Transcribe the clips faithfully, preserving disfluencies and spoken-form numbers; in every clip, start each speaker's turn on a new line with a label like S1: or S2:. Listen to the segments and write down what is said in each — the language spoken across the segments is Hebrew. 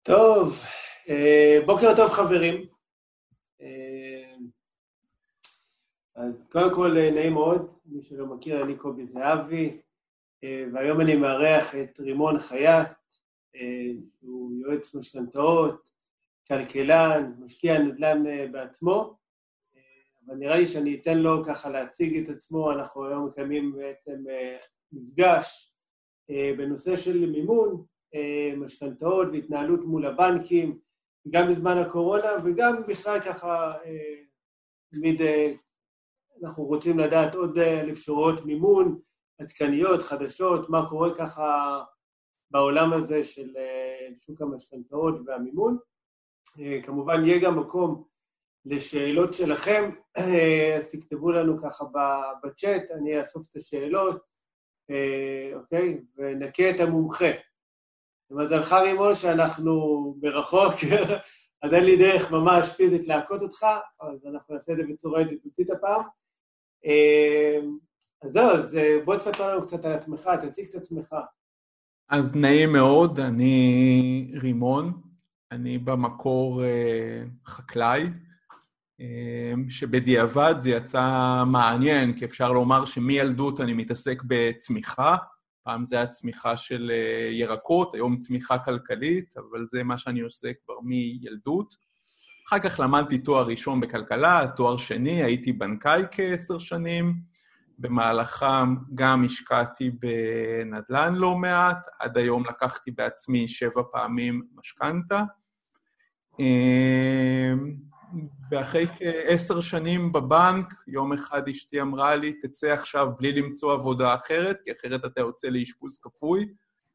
S1: טוב, בוקר טוב חברים. אז קודם כל נעים מאוד, מי שלא מכיר, אני קובי זהבי, והיום אני מארח את רימון חייט, שהוא יועץ משכנתאות, כלכלן, משקיע נדל"ן בעצמו, אבל נראה לי שאני אתן לו ככה להציג את עצמו. אנחנו היום מקיימים בעצם מפגש בנושא של מימון, משכנתאות והתנהלות מול הבנקים, גם בזמן הקורונה וגם בכלל ככה, תמיד אנחנו רוצים לדעת עוד אפשרויות מימון, עדכניות, חדשות, מה קורה ככה בעולם הזה של שוק המשכנתאות והמימון. כמובן יהיה גם מקום לשאלות שלכם, אז תכתבו לנו ככה בצ'אט, אני אאסוף את השאלות, אוקיי, ונקה את המומחה. למזלך רימון שאנחנו ברחוק, אז אין לי דרך ממש פיזית להכות אותך, אז אנחנו נעשה את זה בצורה ידידותית הפעם. אז זהו, אז בוא תספר לנו קצת על עצמך, תציג את עצמך.
S2: אז נעים מאוד, אני רימון, אני במקור חקלאי, שבדיעבד זה יצא מעניין, כי אפשר לומר שמילדות אני מתעסק בצמיחה, פעם זה היה צמיחה של ירקות, היום צמיחה כלכלית, אבל זה מה שאני עושה כבר מילדות. אחר כך למדתי תואר ראשון בכלכלה, תואר שני, הייתי בנקאי כעשר שנים, במהלכם גם השקעתי בנדל"ן לא מעט, עד היום לקחתי בעצמי שבע פעמים משכנתה, ואחרי כעשר שנים בבנק, יום אחד אשתי אמרה לי, תצא עכשיו בלי למצוא עבודה אחרת, כי אחרת אתה יוצא לאשפוז כפוי,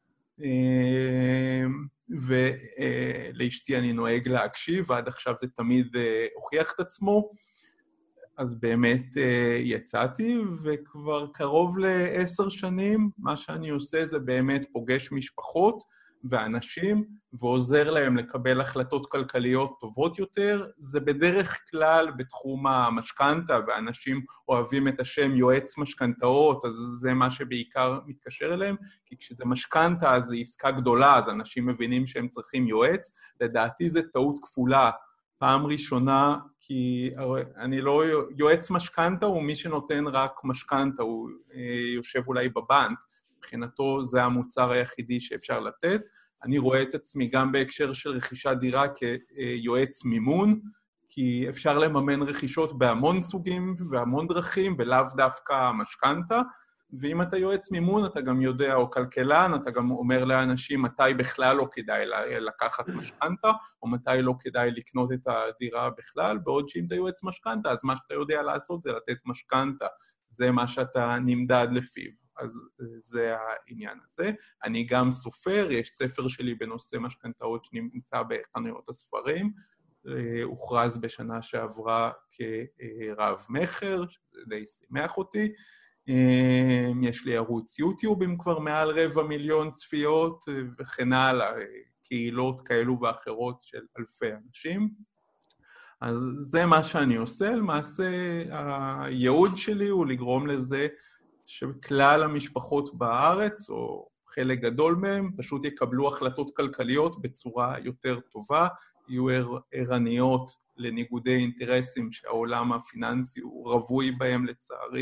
S2: ולאשתי אני נוהג להקשיב, ועד עכשיו זה תמיד הוכיח את עצמו, אז באמת יצאתי, וכבר קרוב לעשר שנים, מה שאני עושה זה באמת פוגש משפחות, ואנשים, ועוזר להם לקבל החלטות כלכליות טובות יותר. זה בדרך כלל בתחום המשכנתה, ואנשים אוהבים את השם יועץ משכנתאות, אז זה מה שבעיקר מתקשר אליהם, כי כשזה משכנתה אז זה עסקה גדולה, אז אנשים מבינים שהם צריכים יועץ. לדעתי זה טעות כפולה. פעם ראשונה, כי אני לא, יועץ משכנתה הוא מי שנותן רק משכנתה, הוא יושב אולי בבנק, מבחינתו זה המוצר היחידי שאפשר לתת. אני רואה את עצמי גם בהקשר של רכישת דירה כיועץ מימון, כי אפשר לממן רכישות בהמון סוגים והמון דרכים, ולאו דווקא משכנתה, ואם אתה יועץ מימון אתה גם יודע, או כלכלן, אתה גם אומר לאנשים מתי בכלל לא כדאי לקחת משכנתה, או מתי לא כדאי לקנות את הדירה בכלל, בעוד שאם אתה יועץ משכנתה, אז מה שאתה יודע לעשות זה לתת משכנתה, זה מה שאתה נמדד לפיו. אז זה העניין הזה. אני גם סופר, יש ספר שלי בנושא משכנתאות שנמצא בחנויות הספרים, הוכרז בשנה שעברה כרב מחר, זה די שימח אותי. יש לי ערוץ יוטיוב עם כבר מעל רבע מיליון צפיות, וכן הלאה, קהילות כאלו ואחרות של אלפי אנשים. אז זה מה שאני עושה, למעשה הייעוד שלי הוא לגרום לזה, שכלל המשפחות בארץ, או חלק גדול מהם, פשוט יקבלו החלטות כלכליות בצורה יותר טובה, יהיו ערניות לניגודי אינטרסים שהעולם הפיננסי הוא רווי בהם לצערי,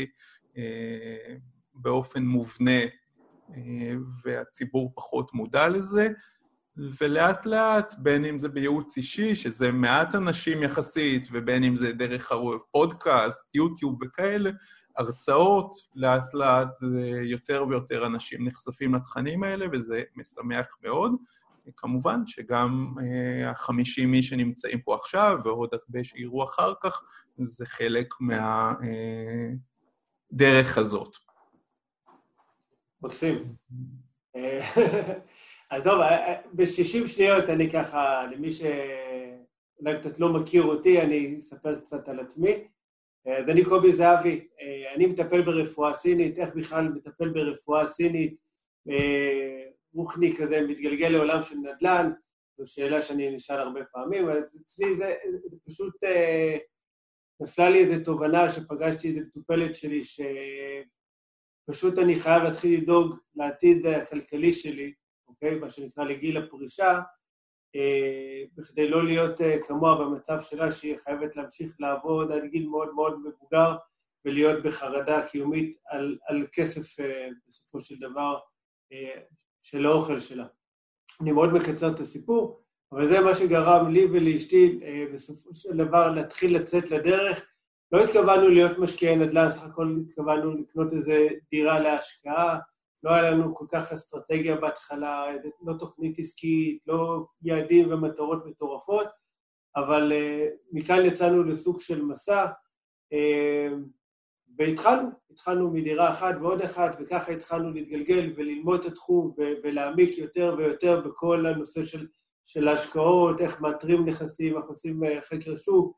S2: באופן מובנה, והציבור פחות מודע לזה, ולאט לאט, בין אם זה בייעוץ אישי, שזה מעט אנשים יחסית, ובין אם זה דרך פודקאסט, יוטיוב וכאלה, הרצאות, לאט לאט יותר ויותר אנשים נחשפים לתכנים האלה, וזה משמח מאוד. כמובן שגם החמישים מי שנמצאים פה עכשיו, ועוד הרבה שיראו אחר כך, זה חלק מהדרך הזאת.
S1: מקסים. אז טוב, ב-שישים שניות אני ככה, למי שאולי קצת לא מכיר אותי, אני אספר קצת על עצמי. אז אני קובי זהבי, אני מטפל ברפואה סינית, איך בכלל מטפל ברפואה סינית, רוחני כזה, מתגלגל לעולם של נדל"ן, זו שאלה שאני נשאל הרבה פעמים, אז אצלי זה, זה פשוט, נפלה לי איזו תובנה שפגשתי איזו מטופלת שלי, שפשוט אני חייב להתחיל לדאוג לעתיד הכלכלי שלי, אוקיי? מה שנקרא לגיל הפרישה, בכדי לא להיות כמוה במצב שלה, שהיא חייבת להמשיך לעבוד עד גיל מאוד מאוד מבוגר, ולהיות בחרדה קיומית על, על כסף בסופו של דבר של האוכל שלה. אני מאוד מקצר את הסיפור, אבל זה מה שגרם לי ולאשתי בסופו של דבר להתחיל לצאת לדרך. לא התכוונו להיות משקיעי נדל"ן, סך הכל התכוונו לקנות איזה דירה להשקעה, לא היה לנו כל כך אסטרטגיה בהתחלה, לא תוכנית עסקית, לא יעדים ומטרות מטורפות, אבל מכאן יצאנו לסוג של מסע, והתחלנו, התחלנו מדירה אחת ועוד אחת, וככה התחלנו להתגלגל וללמוד את התחום ולהעמיק יותר ויותר בכל הנושא של, של ההשקעות, איך מאתרים נכסים, איך עושים חקר שוק,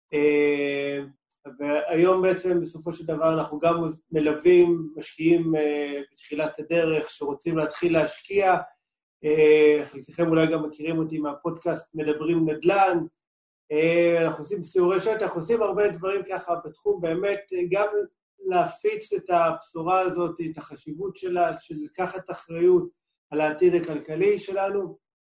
S1: והיום בעצם בסופו של דבר אנחנו גם מלווים, משקיעים בתחילת הדרך שרוצים להתחיל להשקיע, חלקכם אולי גם מכירים אותי מהפודקאסט מדברים נדל"ן, אנחנו עושים סיורי שטח, אנחנו עושים הרבה דברים ככה בתחום, באמת גם להפיץ את הבשורה הזאת, את החשיבות שלה, של לקחת אחריות על העתיד הכלכלי שלנו,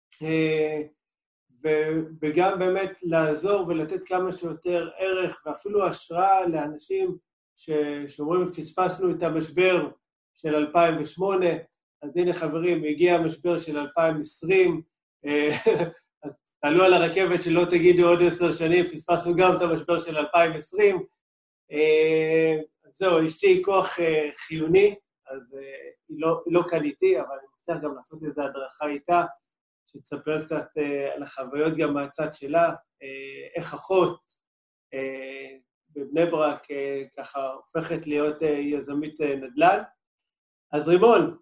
S1: וגם באמת לעזור ולתת כמה שיותר ערך ואפילו השראה לאנשים שאומרים, פספסנו את המשבר של אלפיים ושמונה, אז הנה חברים, הגיע המשבר של אלפיים ועשרים, תעלו על הרכבת שלא תגידו עוד עשר שנים, פספסנו גם את המשבר של אלפיים ועשרים. זהו, אשתי כוח חיוני, אז היא לא, היא לא כאן איתי, אבל אני מצליח גם לעשות איזו הדרכה איתה, שתספר קצת על החוויות גם מהצד שלה, איך אחות בבני ברק ככה הופכת להיות יזמית נדל"ן. אז רימון,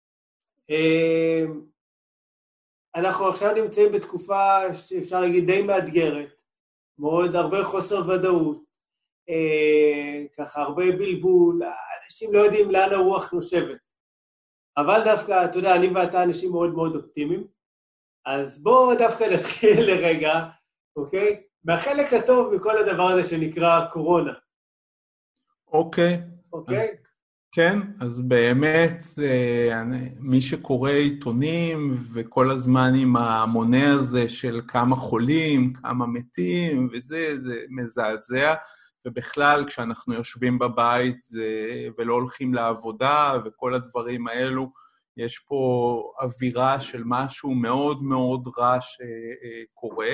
S1: אנחנו עכשיו נמצאים בתקופה שאפשר להגיד די מאתגרת, מאוד הרבה חוסר ודאות, ככה הרבה בלבול, אנשים לא יודעים לאן הרוח נושבת. אבל דווקא, אתה יודע, אני ואתה אנשים מאוד מאוד אופטימיים, אז בואו דווקא נתחיל לרגע, אוקיי? מהחלק הטוב מכל הדבר הזה שנקרא קורונה.
S2: אוקיי.
S1: אוקיי?
S2: אז, כן, אז באמת, מי שקורא עיתונים וכל הזמן עם המונה הזה של כמה חולים, כמה מתים, וזה, זה מזעזע, ובכלל כשאנחנו יושבים בבית ולא הולכים לעבודה וכל הדברים האלו, יש פה אווירה של משהו מאוד מאוד רע שקורה,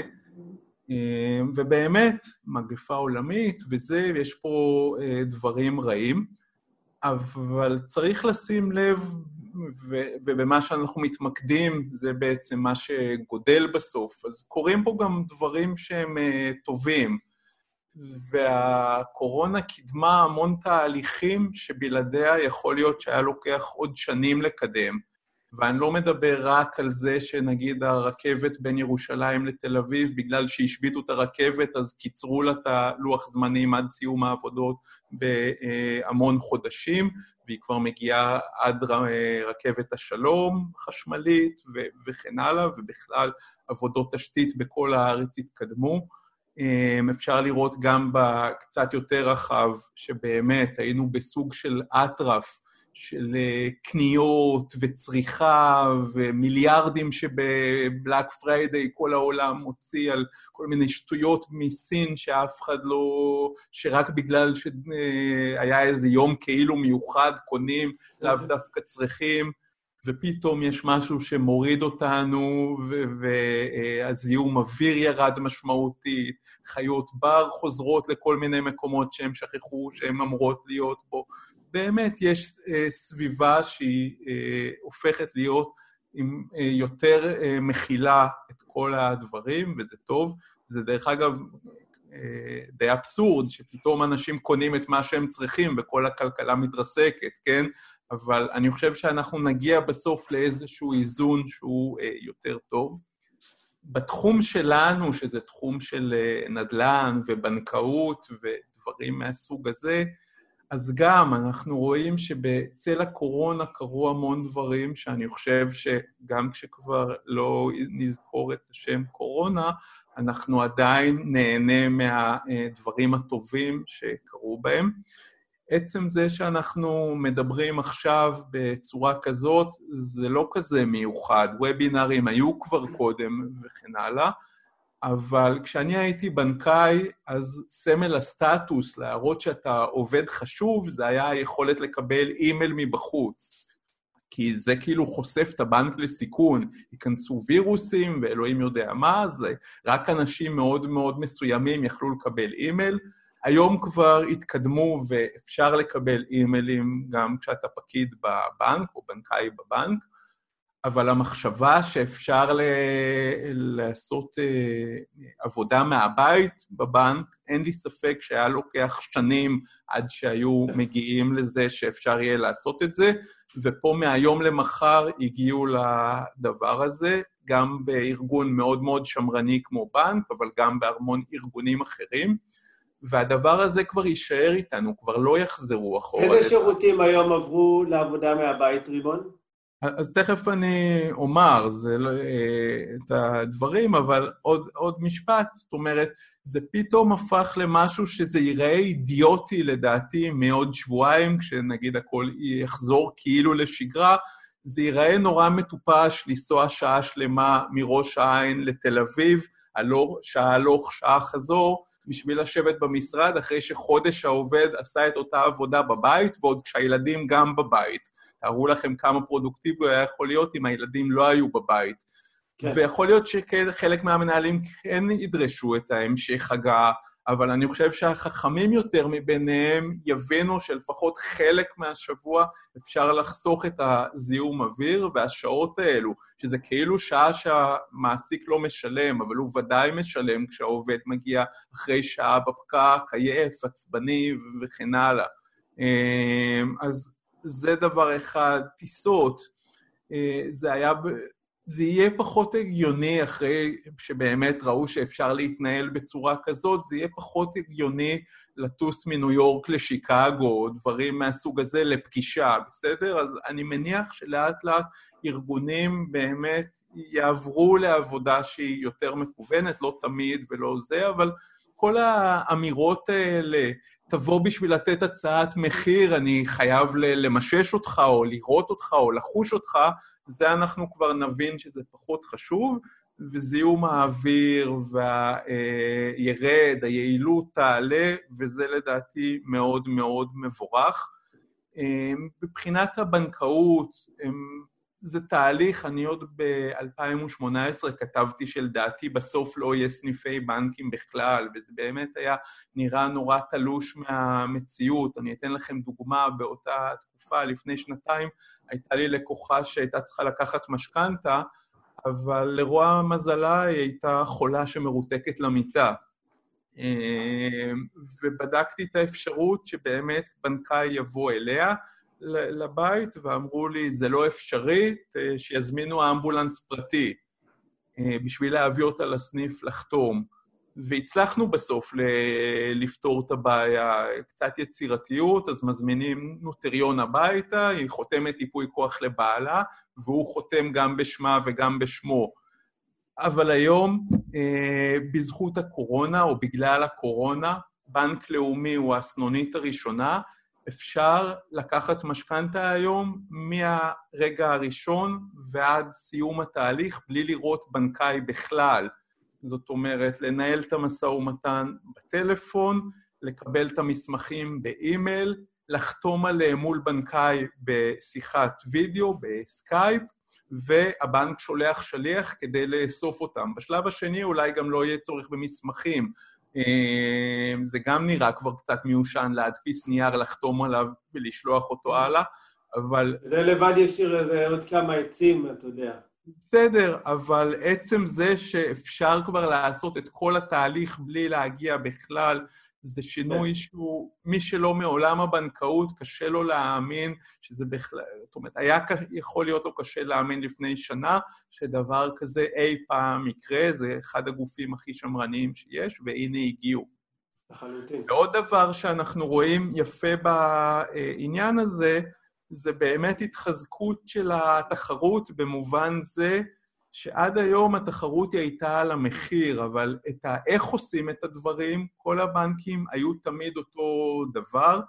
S2: ובאמת, מגפה עולמית וזה, יש פה דברים רעים, אבל צריך לשים לב, ובמה שאנחנו מתמקדים, זה בעצם מה שגודל בסוף, אז קורים פה גם דברים שהם טובים, והקורונה קידמה המון תהליכים שבלעדיה יכול להיות שהיה לוקח עוד שנים לקדם. ואני לא מדבר רק על זה שנגיד הרכבת בין ירושלים לתל אביב, בגלל שהשביתו את הרכבת, אז קיצרו לה את הלוח זמנים עד סיום העבודות בהמון חודשים, והיא כבר מגיעה עד רכבת השלום חשמלית וכן הלאה, ובכלל עבודות תשתית בכל הארץ התקדמו. אפשר לראות גם בקצת יותר רחב, שבאמת היינו בסוג של אטרף, של קניות וצריכה ומיליארדים שבבלאק פריידיי כל העולם מוציא על כל מיני שטויות מסין שאף אחד לא, שרק בגלל שהיה איזה יום כאילו מיוחד קונים, לאו דווקא צריכים, ופתאום יש משהו שמוריד אותנו, והזיהום אוויר ירד משמעותית, חיות בר חוזרות לכל מיני מקומות שהם שכחו, שהם אמורות להיות בו. באמת יש סביבה שהיא הופכת להיות עם יותר מכילה את כל הדברים, וזה טוב. זה דרך אגב די אבסורד, שפתאום אנשים קונים את מה שהם צריכים, וכל הכלכלה מתרסקת, כן? אבל אני חושב שאנחנו נגיע בסוף לאיזשהו איזון שהוא יותר טוב. בתחום שלנו, שזה תחום של נדל"ן ובנקאות ודברים מהסוג הזה, אז גם אנחנו רואים שבצל הקורונה קרו המון דברים, שאני חושב שגם כשכבר לא נזכור את השם קורונה, אנחנו עדיין נהנה מהדברים הטובים שקרו בהם. עצם זה שאנחנו מדברים עכשיו בצורה כזאת, זה לא כזה מיוחד. וובינרים היו כבר קודם וכן הלאה, אבל כשאני הייתי בנקאי, אז סמל הסטטוס, להראות שאתה עובד חשוב, זה היה היכולת לקבל אימייל מבחוץ. כי זה כאילו חושף את הבנק לסיכון, ייכנסו וירוסים ואלוהים יודע מה, זה רק אנשים מאוד מאוד מסוימים יכלו לקבל אימייל. היום כבר התקדמו ואפשר לקבל אימיילים גם כשאתה פקיד בבנק או בנקאי בבנק, אבל המחשבה שאפשר ל... לעשות uh, עבודה מהבית בבנק, אין לי ספק שהיה לוקח שנים עד שהיו מגיעים לזה שאפשר יהיה לעשות את זה, ופה מהיום למחר הגיעו לדבר הזה, גם בארגון מאוד מאוד שמרני כמו בנק, אבל גם בהרמון ארגונים אחרים, והדבר הזה כבר יישאר איתנו, כבר לא יחזרו אחורה.
S1: איזה שירותים היום עברו לעבודה מהבית, רימון?
S2: אז תכף אני אומר זה לא, את הדברים, אבל עוד, עוד משפט, זאת אומרת, זה פתאום הפך למשהו שזה ייראה אידיוטי לדעתי מעוד שבועיים, כשנגיד הכל יחזור כאילו לשגרה, זה ייראה נורא מטופש לנסוע שעה שלמה מראש העין לתל אביב, הלוך, שעה הלוך, שעה חזור, בשביל לשבת במשרד, אחרי שחודש העובד עשה את אותה עבודה בבית, ועוד כשהילדים גם בבית. תארו לכם כמה פרודוקטיבי היה יכול להיות אם הילדים לא היו בבית. כן. ויכול להיות שחלק מהמנהלים כן ידרשו את ההמשך הגעה, אבל אני חושב שהחכמים יותר מביניהם יבינו שלפחות חלק מהשבוע אפשר לחסוך את הזיהום אוויר, והשעות האלו, שזה כאילו שעה שהמעסיק לא משלם, אבל הוא ודאי משלם כשהעובד מגיע אחרי שעה בפקק, עייף, עצבני וכן הלאה. אז זה דבר אחד, טיסות, זה היה... זה יהיה פחות הגיוני אחרי שבאמת ראו שאפשר להתנהל בצורה כזאת, זה יהיה פחות הגיוני לטוס מניו יורק לשיקגו, או דברים מהסוג הזה לפגישה, בסדר? אז אני מניח שלאט לאט ארגונים באמת יעברו לעבודה שהיא יותר מקוונת, לא תמיד ולא זה, אבל כל האמירות האלה, תבוא בשביל לתת הצעת מחיר, אני חייב למשש אותך, או לראות אותך, או לחוש אותך, זה אנחנו כבר נבין שזה פחות חשוב, וזיהום האוויר והירד, היעילות תעלה, וזה לדעתי מאוד מאוד מבורך. מבחינת הבנקאות, זה תהליך, אני עוד ב-אלפיים שמונה עשרה כתבתי שלדעתי בסוף לא יהיה סניפי בנקים בכלל, וזה באמת היה נראה נורא תלוש מהמציאות. אני אתן לכם דוגמה, באותה תקופה, לפני שנתיים, הייתה לי לקוחה שהייתה צריכה לקחת משכנתה, אבל לרוע מזלה היא הייתה חולה שמרותקת למיטה. ובדקתי את האפשרות שבאמת בנקאי יבוא אליה, לבית, ואמרו לי, זה לא אפשרי, שיזמינו אמבולנס פרטי, בשביל להביא אותה לסניף לחתום. והצלחנו בסוף לפתור את הבעיה, קצת יצירתיות, אז מזמינים נוטריון הביתה, היא חותמת ייפוי כוח לבעלה, והוא חותם גם בשמה וגם בשמו. אבל היום, בזכות הקורונה, או בגלל הקורונה, בנק לאומי הוא הסנונית הראשונה, אפשר לקחת משכנתה היום מהרגע הראשון ועד סיום התהליך, בלי לראות בנקאי בכלל. זאת אומרת, לנהל את המשא ומתן בטלפון, לקבל את המסמכים באימייל, לחתום עליהם מול בנקאי בשיחת וידאו, בסקייפ, והבנק שולח שליח כדי לאסוף אותם. בשלב השני אולי גם לא יהיה צורך במסמכים, זה גם נראה כבר קצת מיושן להדפיס נייר, לחתום עליו ולשלוח אותו הלאה, אבל... זה
S1: לבד ישיר עוד כמה עצים, אתה יודע.
S2: בסדר, אבל עצם זה שאפשר כבר לעשות את כל התהליך בלי להגיע בכלל, זה שינוי שהוא, מי שלא מעולם הבנקאות, קשה לו להאמין שזה בכלל, זאת אומרת, היה יכול להיות לו קשה להאמין לפני שנה, שדבר כזה אי פעם יקרה, זה אחד הגופים הכי שמרניים שיש, והנה הגיעו.
S1: לחלוטין.
S2: ועוד דבר שאנחנו רואים יפה בעניין הזה, זה באמת התחזקות של התחרות במובן זה, שעד היום התחרות היא הייתה על המחיר, אבל את איך עושים את הדברים, כל הבנקים היו תמיד אותו דבר,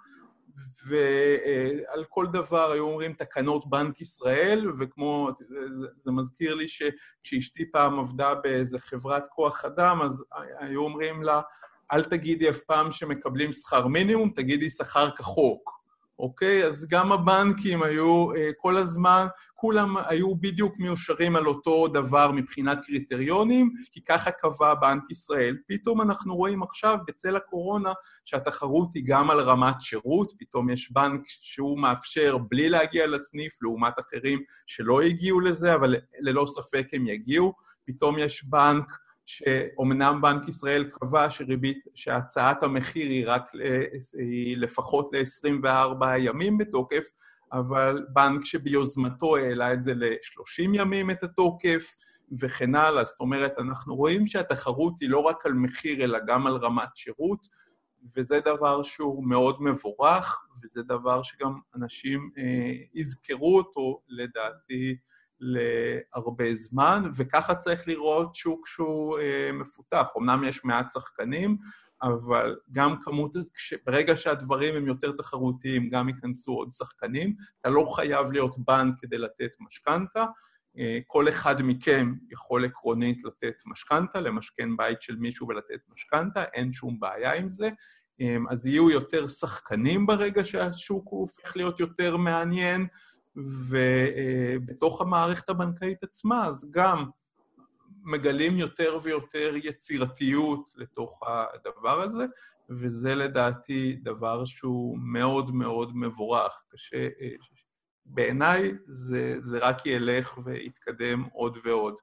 S2: ועל כל דבר היו אומרים תקנות בנק ישראל, וכמו, זה, זה מזכיר לי שכשאשתי פעם עבדה באיזה חברת כוח אדם, אז היו אומרים לה, אל תגידי אף פעם שמקבלים שכר מינימום, תגידי שכר כחוק. אוקיי? אז גם הבנקים היו כל הזמן, כולם היו בדיוק מיושרים על אותו דבר מבחינת קריטריונים, כי ככה קבע בנק ישראל. פתאום אנחנו רואים עכשיו בצל הקורונה שהתחרות היא גם על רמת שירות, פתאום יש בנק שהוא מאפשר בלי להגיע לסניף, לעומת אחרים שלא הגיעו לזה, אבל ללא ספק הם יגיעו. פתאום יש בנק שאומנם בנק ישראל קבע שריבית, שהצעת המחיר היא רק היא לפחות ל-עשרים וארבעה ימים בתוקף, אבל בנק שביוזמתו העלה את זה ל-שלושים ימים את התוקף, וכן הלאה. זאת אומרת, אנחנו רואים שהתחרות היא לא רק על מחיר, אלא גם על רמת שירות, וזה דבר שהוא מאוד מבורך, וזה דבר שגם אנשים אה, יזכרו אותו, לדעתי, להרבה זמן, וככה צריך לראות שוק שהוא אה, מפותח. אמנם יש מעט שחקנים, אבל גם כמות, ברגע שהדברים הם יותר תחרותיים, גם ייכנסו עוד שחקנים. אתה לא חייב להיות בנק כדי לתת משכנתה, אה, כל אחד מכם יכול עקרונית לתת משכנתה, למשכן בית של מישהו ולתת משכנתה, אין שום בעיה עם זה. אה, אז יהיו יותר שחקנים ברגע שהשוק הוא הופך להיות יותר מעניין, ובתוך המערכת הבנקאית עצמה, אז גם מגלים יותר ויותר יצירתיות לתוך הדבר הזה, וזה לדעתי דבר שהוא מאוד מאוד מבורך. קשה, בעיניי זה, זה רק ילך ויתקדם עוד ועוד.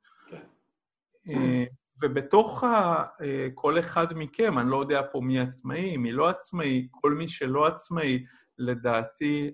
S2: ובתוך כל אחד מכם, אני לא יודע פה מי עצמאי, מי לא עצמאי, כל מי שלא עצמאי, לדעתי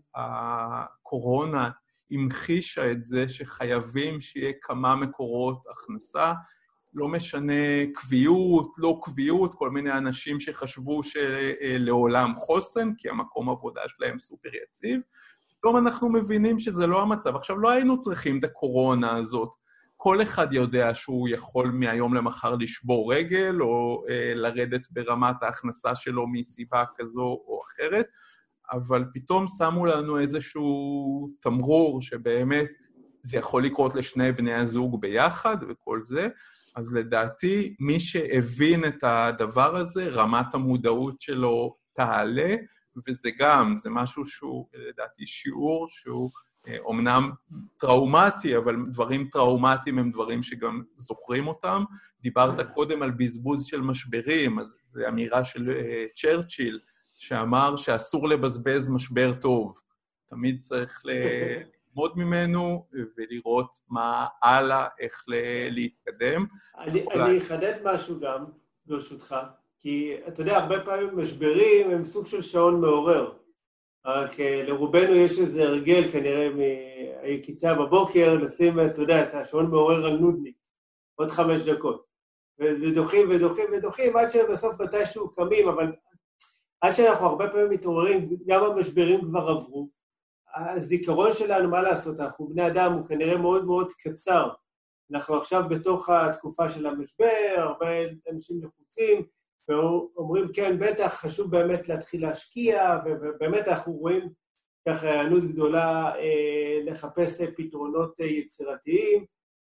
S2: הקורונה המחישה את זה שחייבים שיהיה כמה מקורות הכנסה, לא משנה קביעות, לא קביעות, כל מיני אנשים שחשבו שלעולם חוסן, כי המקום עבודה שלהם סופר יציב, פתאום אנחנו מבינים שזה לא המצב. עכשיו, לא היינו צריכים את הקורונה הזאת, כל אחד יודע שהוא יכול מהיום למחר לשבור רגל, או אה, לרדת ברמת ההכנסה שלו מסיבה כזו או אחרת, אבל פתאום שמו לנו איזשהו תמרור שבאמת זה יכול לקרות לשני בני הזוג ביחד וכל זה, אז לדעתי מי שהבין את הדבר הזה, רמת המודעות שלו תעלה, וזה גם, זה משהו שהוא לדעתי שיעור שהוא אומנם טראומטי, אבל דברים טראומטיים הם דברים שגם זוכרים אותם. דיברת קודם על בזבוז של משברים, אז זו אמירה של צ'רצ'יל, שאמר שאסור לבזבז משבר טוב. תמיד צריך ללמוד ממנו ולראות מה הלאה, איך להתקדם.
S1: אני, אני אחדד משהו גם, ברשותך, כי אתה יודע, הרבה פעמים משברים הם סוג של שעון מעורר. רק לרובנו יש איזה הרגל, כנראה מהיקיצה בבוקר, לשים, אתה יודע, את השעון מעורר על נודניק, עוד חמש דקות. ודוחים ודוחים ודוחים, עד שבסוף מתישהו קמים, אבל עד שאנחנו הרבה פעמים מתעוררים, גם המשברים כבר עברו. הזיכרון שלנו, מה לעשות, אנחנו בני אדם, הוא כנראה מאוד מאוד קצר. אנחנו עכשיו בתוך התקופה של המשבר, הרבה אנשים לחוצים, ואומרים, כן, בטח, חשוב באמת להתחיל להשקיע, ובאמת אנחנו רואים ככה הענות גדולה אה, לחפש פתרונות אה, יצירתיים,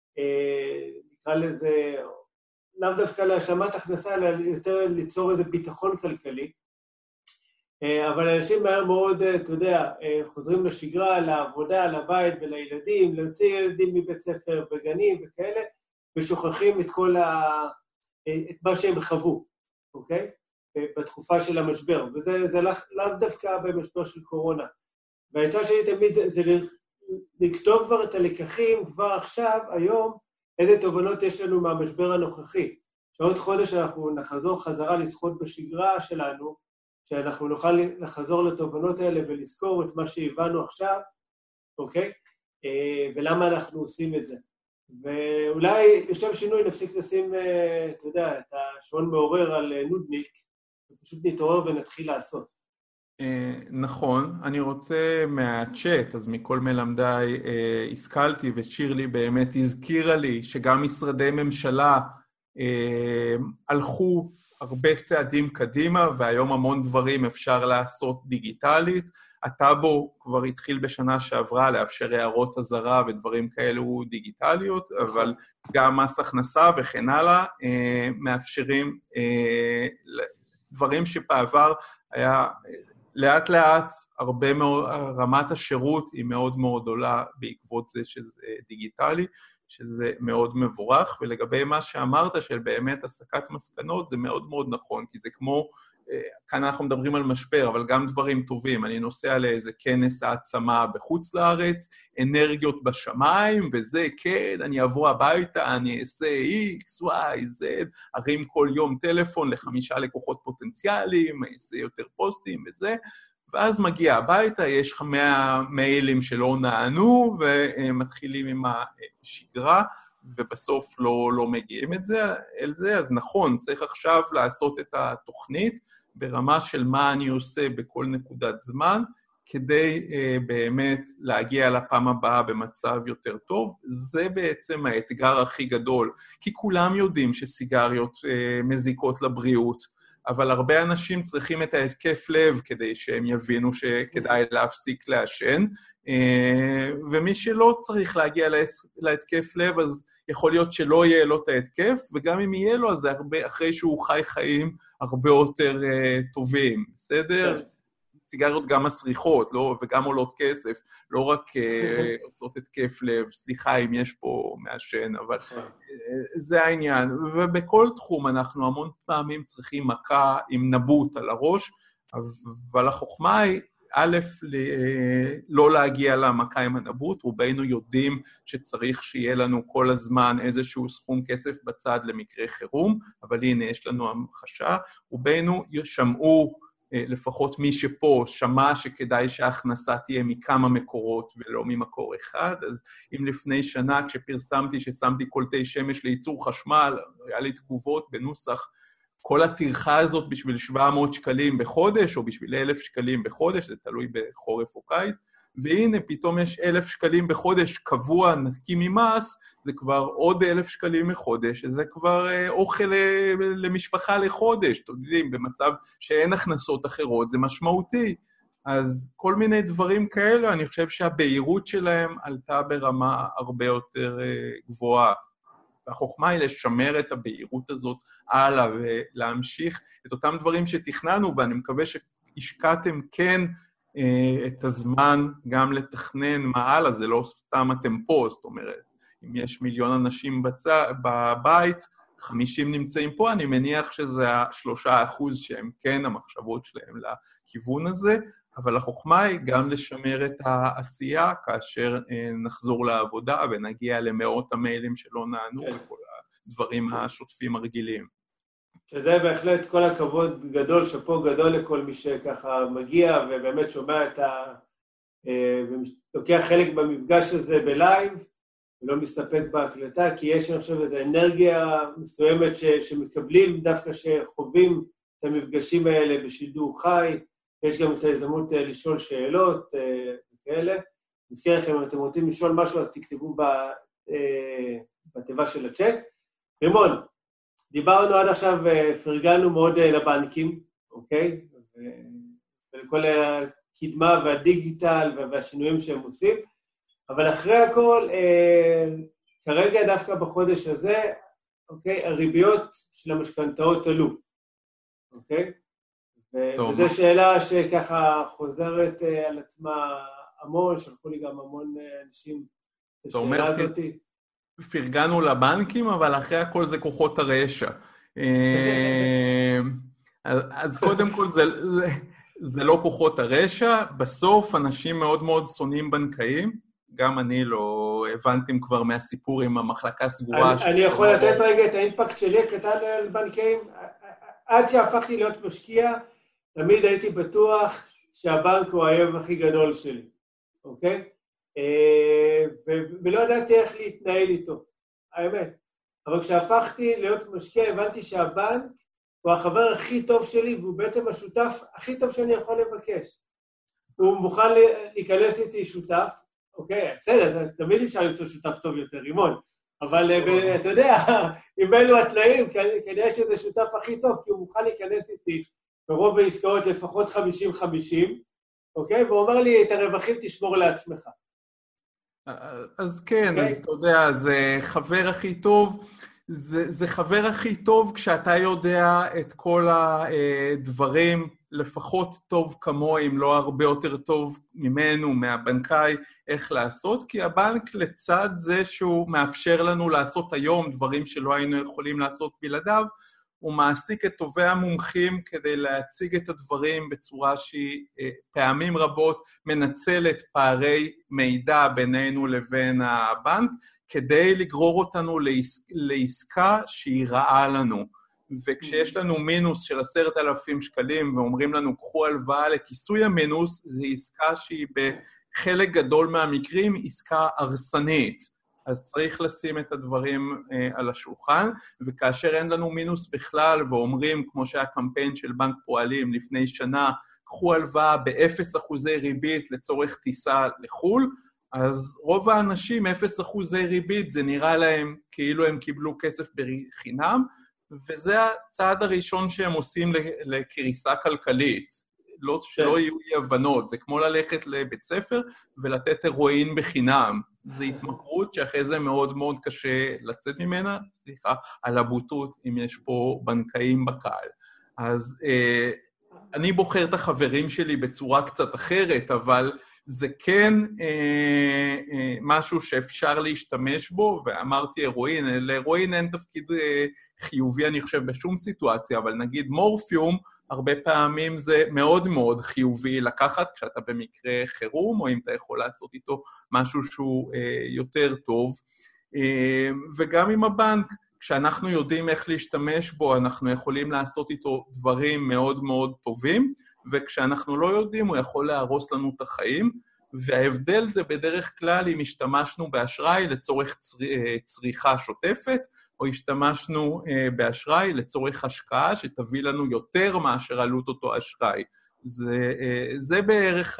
S1: אה, נקרא לזה, לאו דווקא להשלמת הכנסה, אלא יותר ליצור איזה ביטחון כלכלי. אה, אבל אנשים מהר מאוד, אתה יודע, אה, חוזרים לשגרה, לעבודה, לבית ולילדים, להוציא ילדים מבית ספר בגנים וכאלה, ושוכחים את כל ה... את מה שהם חוו. אוקיי? בתקופה של המשבר, וזה לאו דווקא במשבר של קורונה. והעצה שלי תמיד זה לכתוב כבר את הלקחים, כבר עכשיו, היום, איזה תובנות יש לנו מהמשבר הנוכחי. שעוד חודש אנחנו נחזור חזרה לשחות בשגרה שלנו, שאנחנו נוכל לחזור לתובנות האלה ולזכור את מה שהבנו עכשיו, אוקיי? ולמה אנחנו עושים את זה. ואולי לשם שינוי נפסיק לשים, אתה יודע, את השעון מעורר על נודניק, ופשוט נתעורר ונתחיל לעשות.
S2: נכון, אני רוצה מהצ'אט, אז מכל מלמדיי השכלתי, ושירלי באמת הזכירה לי שגם משרדי ממשלה הלכו הרבה צעדים קדימה, והיום המון דברים אפשר לעשות דיגיטלית. הטאבו כבר התחיל בשנה שעברה לאפשר הערות הזרה ודברים כאלו דיגיטליות, אבל גם מס הכנסה וכן הלאה מאפשרים דברים שבעבר היה לאט לאט הרבה מאוד, רמת השירות היא מאוד מאוד עולה בעקבות זה שזה דיגיטלי, שזה מאוד מבורך, ולגבי מה שאמרת של באמת הסקת מסקנות, זה מאוד מאוד נכון, כי זה כמו, כאן אנחנו מדברים על משבר, אבל גם דברים טובים. אני נוסע לאיזה כנס העצמה בחוץ לארץ, אנרגיות בשמיים, וזה כן, אני אבוא הביתה, אני אעשה X, Y, Z, ארים כל יום טלפון לחמישה לקוחות פוטנציאליים, אעשה יותר פוסטים וזה, ואז מגיע הביתה, יש לך מאה מיילים שלא נענו, ומתחילים עם השגרה, ובסוף לא, לא מגיעים את זה, אל זה. אז נכון, צריך עכשיו לעשות את התוכנית ברמה של מה אני עושה בכל נקודת זמן, כדי אה, באמת להגיע לפעם הבאה במצב יותר טוב. זה בעצם האתגר הכי גדול, כי כולם יודעים שסיגריות אה, מזיקות לבריאות, אבל הרבה אנשים צריכים את ההתקף לב כדי שהם יבינו שכדאי להפסיק לעשן, ומי שלא צריך להגיע להתקף לב, אז יכול להיות שלא יהיה לו את ההתקף, וגם אם יהיה לו, אז זה הרבה, אחרי שהוא חי חיים הרבה יותר טובים, בסדר? סיגריות גם מסריחות, לא, וגם עולות כסף, לא רק uh, עושות התקף לב, סליחה אם יש פה מעשן, אבל uh, זה העניין. ובכל תחום אנחנו המון פעמים צריכים מכה עם נבוט על הראש, אבל החוכמה היא, א', לא להגיע למכה עם הנבוט, רובנו יודעים שצריך שיהיה לנו כל הזמן איזשהו סכום כסף בצד למקרה חירום, אבל הנה יש לנו המחשה, רובנו ישמעו, לפחות מי שפה שמע שכדאי שההכנסה תהיה מכמה מקורות ולא ממקור אחד, אז אם לפני שנה כשפרסמתי ששמתי קולטי שמש לייצור חשמל, היה לי תגובות בנוסח, כל הטרחה הזאת בשביל שבע מאות שקלים בחודש, או בשביל אלף שקלים בחודש, זה תלוי בחורף או קיץ, והנה פתאום יש אלף שקלים בחודש קבוע נקי ממס, זה כבר עוד אלף שקלים בחודש, זה כבר אה, אוכל למשפחה לחודש, אתם יודעים, במצב שאין הכנסות אחרות, זה משמעותי. אז כל מיני דברים כאלה, אני חושב שהבהירות שלהם עלתה ברמה הרבה יותר אה, גבוהה. והחוכמה היא לשמר את הבהירות הזאת הלאה, ולהמשיך את אותם דברים שתכננו, ואני מקווה שהשקעתם כן, את הזמן גם לתכנן מה הלאה, זה לא סתם אתם פה, זאת אומרת, אם יש מיליון אנשים בצע, בבית, חמישים נמצאים פה, אני מניח שזה השלושה אחוז שהם כן המחשבות שלהם לכיוון הזה, אבל החוכמה היא גם לשמר את העשייה כאשר נחזור לעבודה ונגיע למאות המיילים שלא נענו, כן. וכל הדברים השוטפים הרגילים.
S1: שזה בהחלט כל הכבוד גדול, שפו גדול לכל מי שככה מגיע ובאמת שומע את ה... ולוקח חלק במפגש הזה בלייב, ולא מסתפק בהקלטה, כי יש, אני חושב, איזו אנרגיה מסוימת ש... שמקבלים דווקא שחווים את המפגשים האלה בשידור חי, יש גם את ההזדמנות לשאול שאלות וכאלה. נזכיר לכם, אם אתם רוצים לשאול משהו, אז תכתבו בתיבה של הצ'אט. רימון, דיברנו עד עכשיו, פרגנו מאוד לבנקים, אוקיי? ולכל הקדמה והדיגיטל והשינויים שהם עושים, אבל אחרי הכל, כרגע דווקא בחודש הזה, אוקיי, הריביות של המשכנתאות עלו, אוקיי? וזו שאלה שככה חוזרת על עצמה המון, שלחו לי גם המון אנשים בשאלה הזאת.
S2: פרגנו לבנקים, אבל אחרי הכל זה כוחות הרשע. אז קודם כל זה, זה, זה לא כוחות הרשע, בסוף אנשים מאוד מאוד שונאים בנקאים, גם אני לא הבנתם כבר מהסיפור עם המחלקה סגורה.
S1: אני, אני יכול לתת רגע את האימפקט שלי קטן על בנקאים, עד שהפכתי להיות משקיע, תמיד הייתי בטוח שהבנק הוא האויב הכי גדול שלי, אוקיי? ולא ידעתי איך להתנהל איתו, האמת. אבל כשהפכתי להיות משקיע, הבנתי שהבנק הוא החבר הכי טוב שלי, והוא בעצם השותף הכי טוב שאני יכול לבקש. הוא מוכן להיכנס איתי שותף, אוקיי, בסדר, תמיד אפשר למצוא שותף טוב יותר, רימון, אבל אתה יודע, אם אלו התנאים, כנראה שזה שותף הכי טוב, כי הוא מוכן להיכנס איתי ברוב העסקאות לפחות חמישים חמישים, אוקיי? והוא אומר לי, את הרווחים תשמור לעצמך.
S2: אז כן, אז אתה יודע, זה חבר הכי טוב, זה, זה חבר הכי טוב כשאתה יודע את כל הדברים, לפחות טוב כמו, אם לא הרבה יותר טוב ממנו, מהבנקאי, איך לעשות, כי הבנק לצד זה שהוא מאפשר לנו לעשות היום דברים שלא היינו יכולים לעשות בלעדיו, הוא מעסיק את טובי המומחים כדי להציג את הדברים בצורה שהיא פעמים רבות מנצלת פערי מידע בינינו לבין הבנק, כדי לגרור אותנו לעסקה שהיא רעה לנו. וכשיש לנו מינוס של עשרת אלפים שקלים ואומרים לנו, קחו הלוואה לכיסוי המינוס, זו עסקה שהיא בחלק גדול מהמקרים עסקה הרסנית. אז צריך לשים את הדברים אה, על השולחן, וכאשר אין לנו מינוס בכלל, ואומרים, כמו שהיה קמפיין של בנק פועלים לפני שנה, קחו הלוואה באפס אחוזי ריבית לצורך טיסה לחול, אז רוב האנשים, אפס אחוזי ריבית, זה נראה להם כאילו הם קיבלו כסף בחינם, וזה הצעד הראשון שהם עושים לקריסה כלכלית. לא, שלא יהיו לי הבנות, זה כמו ללכת לבית ספר ולתת הרואין בחינם. זו התמכרות שאחרי זה מאוד מאוד קשה לצאת ממנה, סליחה, על הבוטות, אם יש פה בנקאים בקהל. אז אה, אני בוחר את החברים שלי בצורה קצת אחרת, אבל זה כן אה, אה, משהו שאפשר להשתמש בו, ואמרתי הרואין, להרואין אין תפקיד אה, חיובי, אני חושב, בשום סיטואציה, אבל נגיד מורפיום, הרבה פעמים זה מאוד מאוד חיובי לקחת כשאתה במקרה חירום, או אם אתה יכול לעשות איתו משהו שהוא אה, יותר טוב. אה, וגם עם הבנק, כשאנחנו יודעים איך להשתמש בו, אנחנו יכולים לעשות איתו דברים מאוד מאוד טובים, וכשאנחנו לא יודעים, הוא יכול להרוס לנו את החיים, וההבדל זה בדרך כלל אם השתמשנו באשראי לצורך צר... צריכה שוטפת, או השתמשנו uh, באשראי לצורך השקעה שתביא לנו יותר מאשר עלות אותו אשראי. זה, uh, זה בערך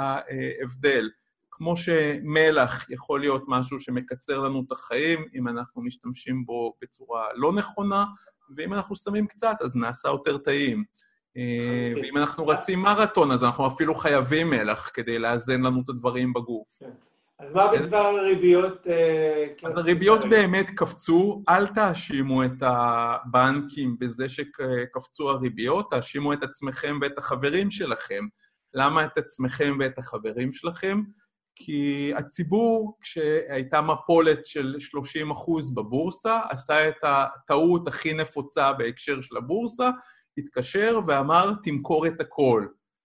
S2: ההבדל. כמו שמלח יכול להיות משהו שמקצר לנו את החיים, אם אנחנו משתמשים בו בצורה לא נכונה, ואם אנחנו שמים קצת, אז נעשה יותר טעים. Uh, ואם אנחנו רצים מרתון, אז אנחנו אפילו חייבים מלח כדי לאזן לנו את הדברים בגוף.
S1: אז מה בדבר הריביות?
S2: אז הריביות באמת קפצו, אל תאשימו את הבנקים בזה שקפצו הריביות, תאשימו את עצמכם ואת החברים שלכם. למה את עצמכם ואת החברים שלכם? כי הציבור, כשהייתה מפולת של שלושים אחוז בבורסה, עשה את הטעות הכי נפוצה בהקשר של הבורסה, התקשר ואמר, תמכור את הכל.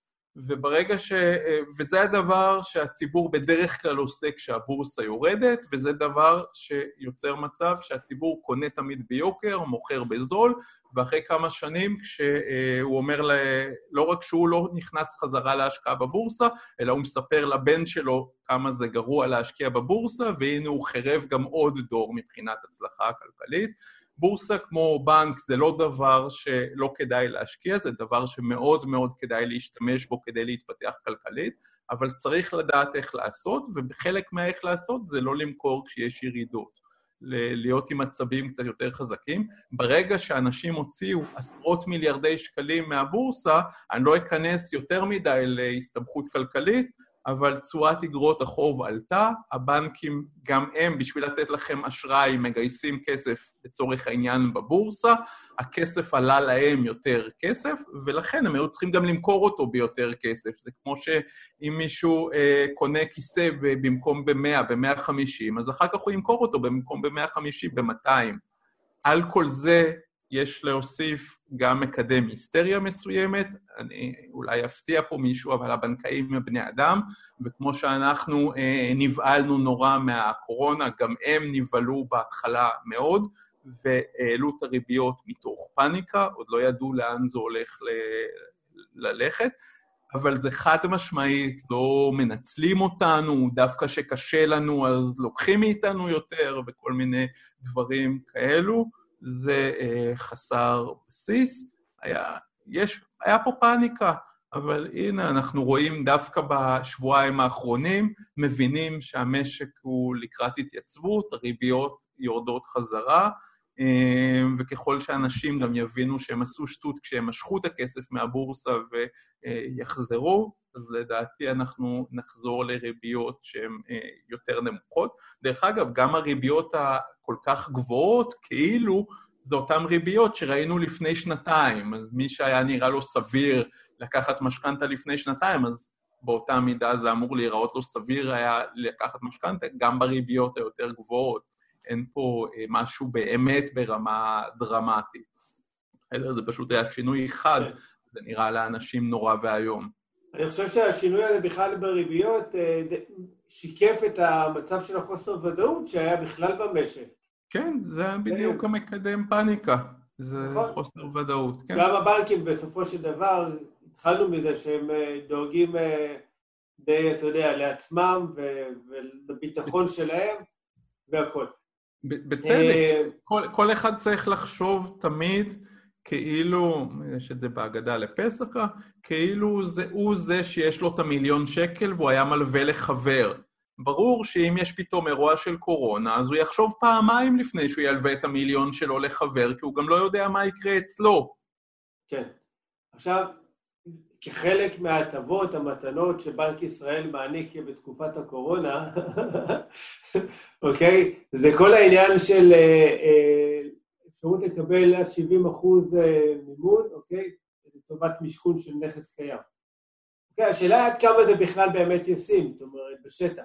S2: וברגע ש... וזה הדבר שהציבור בדרך כלל עושה כשהבורסה יורדת, וזה דבר שיוצר מצב שהציבור קונה תמיד ביוקר, מוכר בזול, ואחרי כמה שנים כשהוא אומר, לה... לא רק שהוא לא נכנס חזרה להשקעה בבורסה, אלא הוא מספר לבן שלו כמה זה גרוע להשקיע בבורסה, והנה הוא חרב גם עוד דור מבחינת הצלחה הכלכלית. בורסה כמו בנק זה לא דבר שלא כדאי להשקיע, זה דבר שמאוד מאוד כדאי להשתמש בו כדי להתפתח כלכלית, אבל צריך לדעת איך לעשות, ובחלק מהאיך לעשות זה לא למכור כשיש ירידות, להיות עם מצבים קצת יותר חזקים. ברגע שאנשים הוציאו עשרות מיליארדי שקלים מהבורסה, אני לא אכנס יותר מדי להסתבכות כלכלית, אבל צורת אגרות החוב עלתה, הבנקים גם הם, בשביל לתת לכם אשראי, מגייסים כסף לצורך העניין בבורסה, הכסף עלה להם יותר כסף, ולכן הם היו צריכים גם למכור אותו ביותר כסף. זה כמו שאם מישהו אה, קונה כיסא במקום ב-מאה, ב-מאה וחמישים, אז אחר כך הוא ימכור אותו במקום ב-מאה וחמישים, ב-מאתיים. על כל זה יש להוסיף גם מקדם היסטריה מסוימת, אני אולי אפתיע פה מישהו, אבל הבנקאים הם בני אדם, וכמו שאנחנו אה, נבעלנו נורא מהקורונה, גם הם נבעלו בהתחלה מאוד, והעלו את הריביות מתוך פאניקה, עוד לא ידעו לאן זה הולך ל- ללכת, אבל זה חד משמעית, לא מנצלים אותנו, דווקא שקשה לנו, אז לוקחים מאיתנו יותר, וכל מיני דברים כאלו, זה אה, חסר בסיס. היה, יש, היה פה פאניקה, אבל הנה אנחנו רואים דווקא בשבועיים האחרונים, מבינים שהמשק הוא לקראת התייצבות, הריביות יורדות חזרה, וככל שאנשים גם יבינו שהם עשו שטות כשהם משכו את הכסף מהבורסה ויחזרו, אז לדעתי אנחנו נחזור לריביות שהן יותר נמוכות. דרך אגב, גם הריביות הכל כך גבוהות, כאילו זה אותן ריביות שראינו לפני שנתיים, אז מי שהיה נראה לו סביר לקחת משכנתה לפני שנתיים, אז באותה מידה זה אמור להיראות לו סביר היה לקחת משכנתה, גם בריביות היותר גבוהות. אין פה משהו באמת ברמה דרמטית. זה פשוט היה שינוי אחד, זה נראה לאנשים נורא והיום.
S1: אני חושב שהשינוי הזה בכלל בריביות שיקף את המצב של החוסר ודאות שהיה בכלל במשק.
S2: כן, זה בדיוק המקדם פאניקה. זה חוסר ודאות, כן.
S1: גם הבנקים בסופו של דבר, התחלנו מזה שהם דואגים די, אתה יודע, לעצמם ולביטחון שלהם והכל.
S2: בצדק, כל, כל אחד צריך לחשוב תמיד כאילו, יש את זה בהגדה לפסח, כאילו זה, הוא זה שיש לו את המיליון שקל והוא היה מלווה לחבר. ברור שאם יש פתאום אירוע של קורונה, אז הוא יחשוב פעמיים לפני שהוא ילווה את המיליון שלו לחבר, כי הוא גם לא יודע מה יקרה אצלו.
S1: כן. עכשיו, כחלק מההטבות, המתנות שבנק ישראל מעניק בתקופת הקורונה, אוקיי? זה כל העניין של אפשרות לקבל עד שבעים אחוז מימון, אוקיי? לטובת משכון של נכס קיים. אוקיי, השאלה עד כמה זה בכלל באמת ישים, זאת אומרת, בשטח.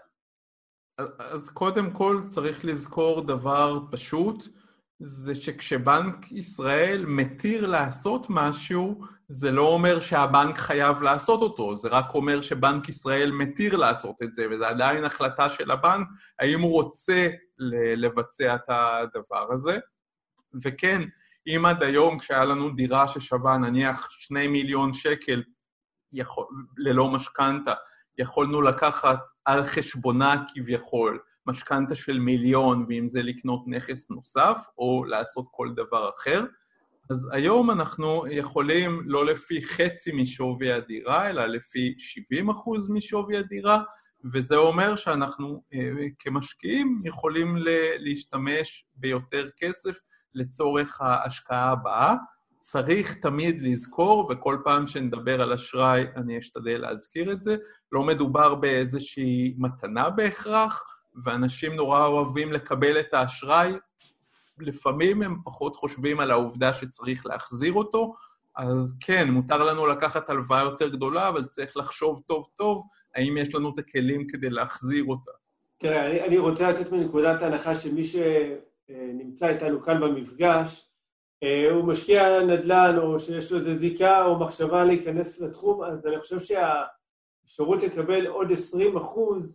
S2: אז קודם כל צריך לזכור דבר פשוט, זה שכשבנק ישראל מתיר לעשות משהו, זה לא אומר שהבנק חייב לעשות אותו, זה רק אומר שבנק ישראל מתיר לעשות את זה, וזה עדיין החלטה של הבנק, האם הוא רוצה לבצע את הדבר הזה. וכן, אם עד היום כשהיה לנו דירה ששווה נניח שני מיליון שקל יכול, ללא משכנתה, יכולנו לקחת על חשבונה כביכול, משכנתה של מיליון, ואם זה לקנות נכס נוסף, או לעשות כל דבר אחר. אז היום אנחנו יכולים לא לפי חצי משווי הדירה, אלא לפי שבעים אחוז משווי הדירה, וזה אומר שאנחנו כמשקיעים יכולים להשתמש ביותר כסף לצורך ההשקעה הבאה. צריך תמיד לזכור, וכל פעם שנדבר על אשראי אני אשתדל להזכיר את זה, לא מדובר באיזושהי מתנה בהכרח, ואנשים נורא אוהבים לקבל את האשראי, לפעמים הם פחות חושבים על העובדה שצריך להחזיר אותו, אז כן, מותר לנו לקחת הלוואה יותר גדולה, אבל צריך לחשוב טוב טוב, האם יש לנו את הכלים כדי להחזיר אותה.
S1: תראה, אני, אני רוצה לתת מנקודת ההנחה שמי שנמצא איתנו כאן במפגש, הוא משקיע נדל"ן, או שיש לו איזו זיקה או מחשבה להיכנס לתחום, אז אני חושב שהאפשרות לקבל עוד עשרים אחוז,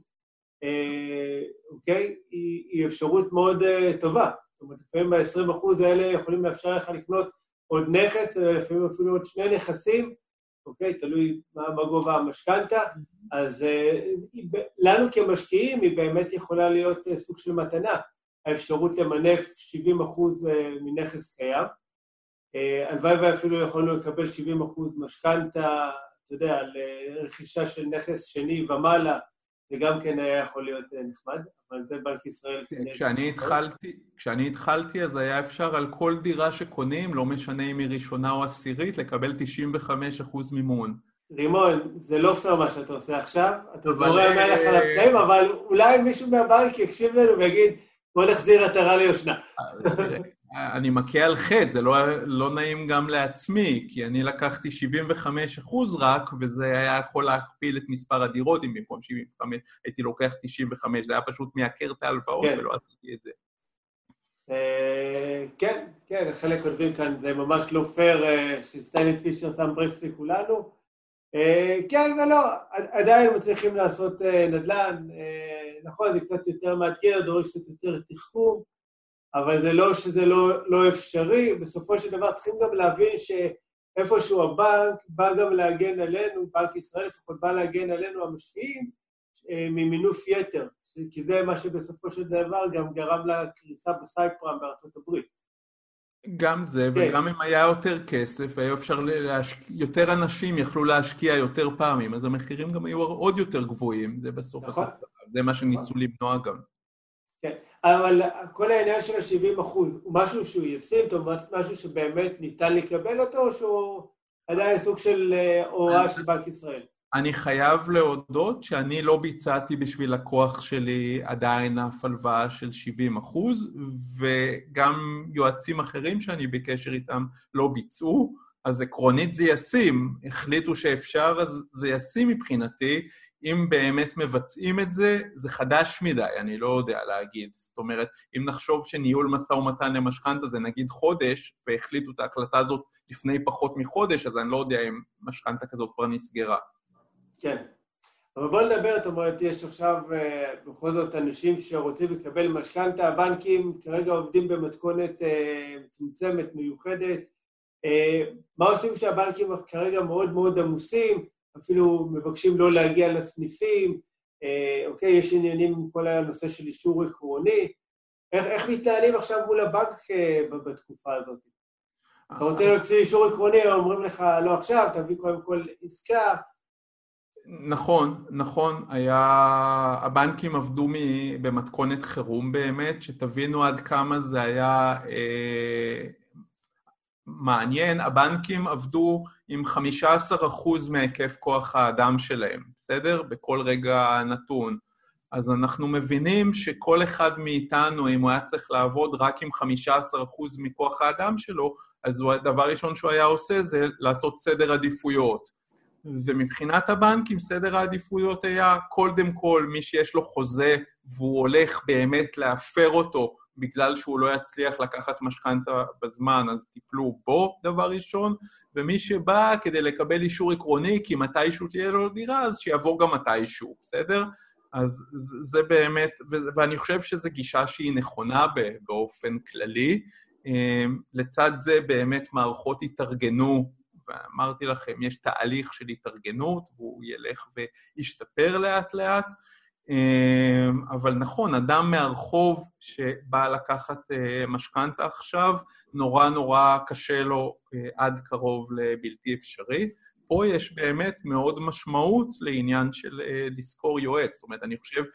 S1: אוקיי, היא, היא אפשרות מאוד טובה. זאת אומרת, לפעמים ב-עשרים אחוז האלה יכולים לאפשר לך לקנות עוד נכס, לפעמים אפילו עוד שני נכסים, אוקיי, תלוי מה, מה גובה המשכנתה, אז לנו כמשקיעים היא באמת יכולה להיות סוג של מתנה, האפשרות למנף שבעים אחוז מנכס קיים, הלוואי ואפילו יכולנו לקבל שבעים אחוז משכנתה, אתה יודע, לרכישה של נכס שני ומעלה, זה גם כן היה יכול להיות נחמד, אבל זה בנק ישראל.
S2: כשאני התחלתי, כשאני התחלתי, אז היה אפשר על כל דירה שקונים, לא משנה אם היא ראשונה או עשירית, לקבל תשעים וחמישה אחוז מימון.
S1: רימון, זה לא פייר מה שאתה עושה עכשיו, אתה זורע מלח על הפצעים, אבל אולי מישהו מהבנק יקשיב לנו ויגיד, בוא נחזיר עטרה ליושנה.
S2: אני מכה על חטא, זה לא, לא נעים גם לעצמי, כי אני לקחתי שבעים וחמישה אחוז רק, וזה היה יכול להכפיל את מספר הדירות, אם במקום שבעים וחמש הייתי לוקח תשעים וחמש, זה היה פשוט מייקר את ההלוואות, ולא עשיתי את זה.
S1: כן, כן, חלק כותבים כאן, זה ממש לא פייר שסטיינלי פישר שם ברקס לכולנו. כן ולא, עדיין מצליחים לעשות נדל"ן, נכון, זה קצת יותר מאתגר, דורש קצת יותר תחכום, אבל זה לא שזה לא, לא אפשרי, בסופו של דבר צריכים גם להבין שאיפשהו הבנק בא גם להגן עלינו, בנק ישראל לפחות בא להגן עלינו המשקיעים, ממינוף יתר, כי זה מה שבסופו של דבר גם גרם לקריסה בסייפרם בארצות הברית.
S2: גם זה,
S1: כן.
S2: וגם אם היה יותר כסף, היה אפשר להשקיע, יותר אנשים יכלו להשקיע יותר פעמים, אז המחירים גם היו עוד יותר גבוהים, זה בסוף
S1: נכון.
S2: התוצאה, זה מה שניסו
S1: נכון.
S2: למנוע גם.
S1: כן, אבל כל העניין של ה-שבעים אחוז, הוא משהו שהוא ישים, זאת אומרת, משהו שבאמת ניתן לקבל אותו, או שהוא עדיין סוג של הוראה של בנק ישראל?
S2: אני חייב להודות שאני לא ביצעתי בשביל לקוח שלי עדיין אף הלוואה של שבעים אחוז, וגם יועצים אחרים שאני בקשר איתם לא ביצעו, אז עקרונית זה ישים, החליטו שאפשר, אז זה ישים מבחינתי, אם באמת מבצעים את זה, זה חדש מדי, אני לא יודע להגיד. זאת אומרת, אם נחשוב שניהול משא ומתן למשכנתא זה נגיד חודש, והחליטו את ההקלטה הזאת לפני פחות מחודש, אז אני לא יודע אם משכנתא כזאת כבר נסגרה.
S1: כן, אבל בוא נדבר, זאת אומרת, יש עכשיו בכל זאת אנשים שרוצים לקבל משכנתא, הבנקים כרגע עובדים במתכונת מצומצמת, מיוחדת. מה עושים שהבנקים כרגע מאוד מאוד עמוסים, אפילו מבקשים לא להגיע לסניפים, אוקיי, יש עניינים עם כל הנושא של אישור עקרוני, איך, איך מתנהלים עכשיו מול הבנק בתקופה הזאת? אתה רוצה להוציא אישור עקרוני, אומרים לך לא עכשיו, תביא קודם כל עסקה.
S2: נכון, נכון, היה, הבנקים עבדו במתכונת חירום באמת, שתבינו עד כמה זה היה אה, מעניין, הבנקים עבדו עם חמישה עשר אחוז מהיקף כוח האדם שלהם, בסדר? בכל רגע נתון. אז אנחנו מבינים שכל אחד מאיתנו, אם הוא היה צריך לעבוד רק עם חמישה עשר אחוז מכוח האדם שלו, אז הדבר ראשון שהוא היה עושה זה לעשות סדר עדיפויות. ומבחינת הבנקים, סדר העדיפויות היה קודם כל מי שיש לו חוזה, והוא הולך באמת להפר אותו, בגלל שהוא לא יצליח לקחת משכנתא בזמן, אז טיפלו בו דבר ראשון, ומי שבא כדי לקבל אישור עקרוני, כי מתישהו תהיה לו דירה, אז שיעבור גם מתישהו, בסדר? אז זה באמת, ואני חושב שזו גישה שהיא נכונה באופן כללי, לצד זה באמת מערכות התארגנו, ואמרתי לכם, יש תהליך של התארגנות, והוא ילך וישתפר לאט לאט, אבל נכון, אדם מהרחוב שבא לקחת משכנתא עכשיו, נורא נורא קשה לו עד קרוב לבלתי אפשרי. פה יש באמת מאוד משמעות לעניין של לזכור יועץ. זאת אומרת, אני חושב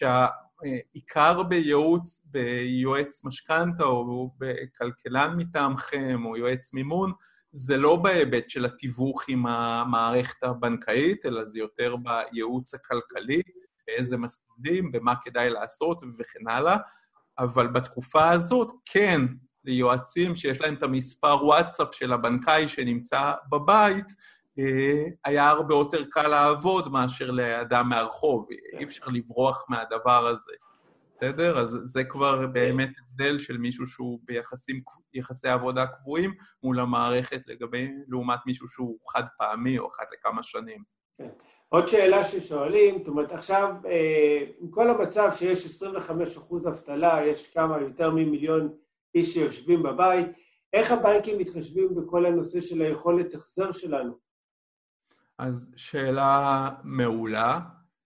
S2: שהעיקר בייעוץ, ביועץ משכנתא או בכלכלן מטעמכם או יועץ מימון, זה לא בהיבט של התיווך עם המערכת הבנקאית, אלא זה יותר בייעוץ הכלכלי, באיזה מסלולים, במה כדאי לעשות וכן הלאה, אבל בתקופה הזאת כן, ליועצים שיש להם את המספר וואטסאפ של הבנקאי שנמצא בבית, היה הרבה יותר קל לעבוד מאשר לאדם מהרחוב, אי אפשר לברוח מהדבר הזה. בסדר? אז זה כבר באמת הבדל של מישהו שהוא ביחסים, יחסי עבודה קבועים מול המערכת לגבי, לעומת מישהו שהוא חד פעמי או חד לכמה שנים.
S1: כן. עוד שאלה ששואלים, זאת אומרת, עכשיו, עם כל המצב שיש עשרים וחמישה אחוז אבטלה, יש כמה, יותר ממיליון איש שיושבים בבית, איך הבנקים מתחשבים בכל הנושא של היכולת החזר שלנו?
S2: אז שאלה מעולה.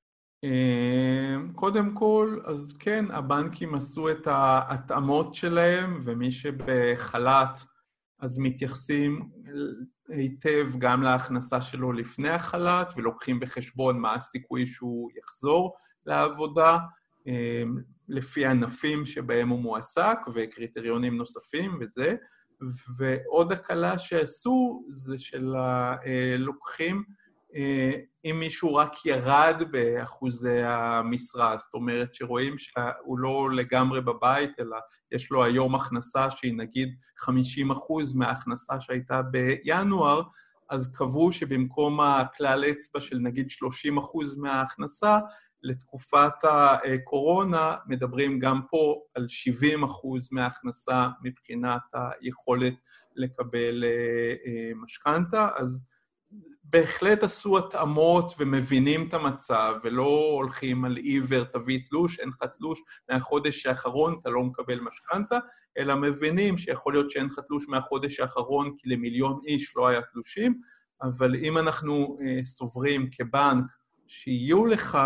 S2: קודם כל, אז כן, הבנקים עשו את ההתאמות שלהם, ומי שבחל"ת אז מתייחסים היטב גם להכנסה שלו לפני החל"ת, ולוקחים בחשבון מה הסיכוי שהוא יחזור לעבודה, לפי ענפים שבהם הוא מועסק, וקריטריונים נוספים וזה. ועוד הקלה שעשו זה של הלוקחים, אם מישהו רק ירד באחוזי המשרה, זאת אומרת שרואים שהוא לא לגמרי בבית, אלא יש לו היום הכנסה שהיא נגיד חמישים אחוז מההכנסה שהייתה בינואר, אז קבעו שבמקום הכלל אצבע של נגיד שלושים אחוז מההכנסה, לתקופת הקורונה מדברים גם פה על שבעים אחוז מההכנסה מבחינת היכולת לקבל משכנתא, אז בהחלט עשו התאמות ומבינים את המצב, ולא הולכים על עיוור, תביא תלוש, אין לך תלוש, מהחודש האחרון אתה לא מקבל משכנתא, אלא מבינים שיכול להיות שאין לך תלוש מהחודש האחרון, כי למיליון איש לא היה תלושים, אבל אם אנחנו אה, סוברים כבנק שיהיו לך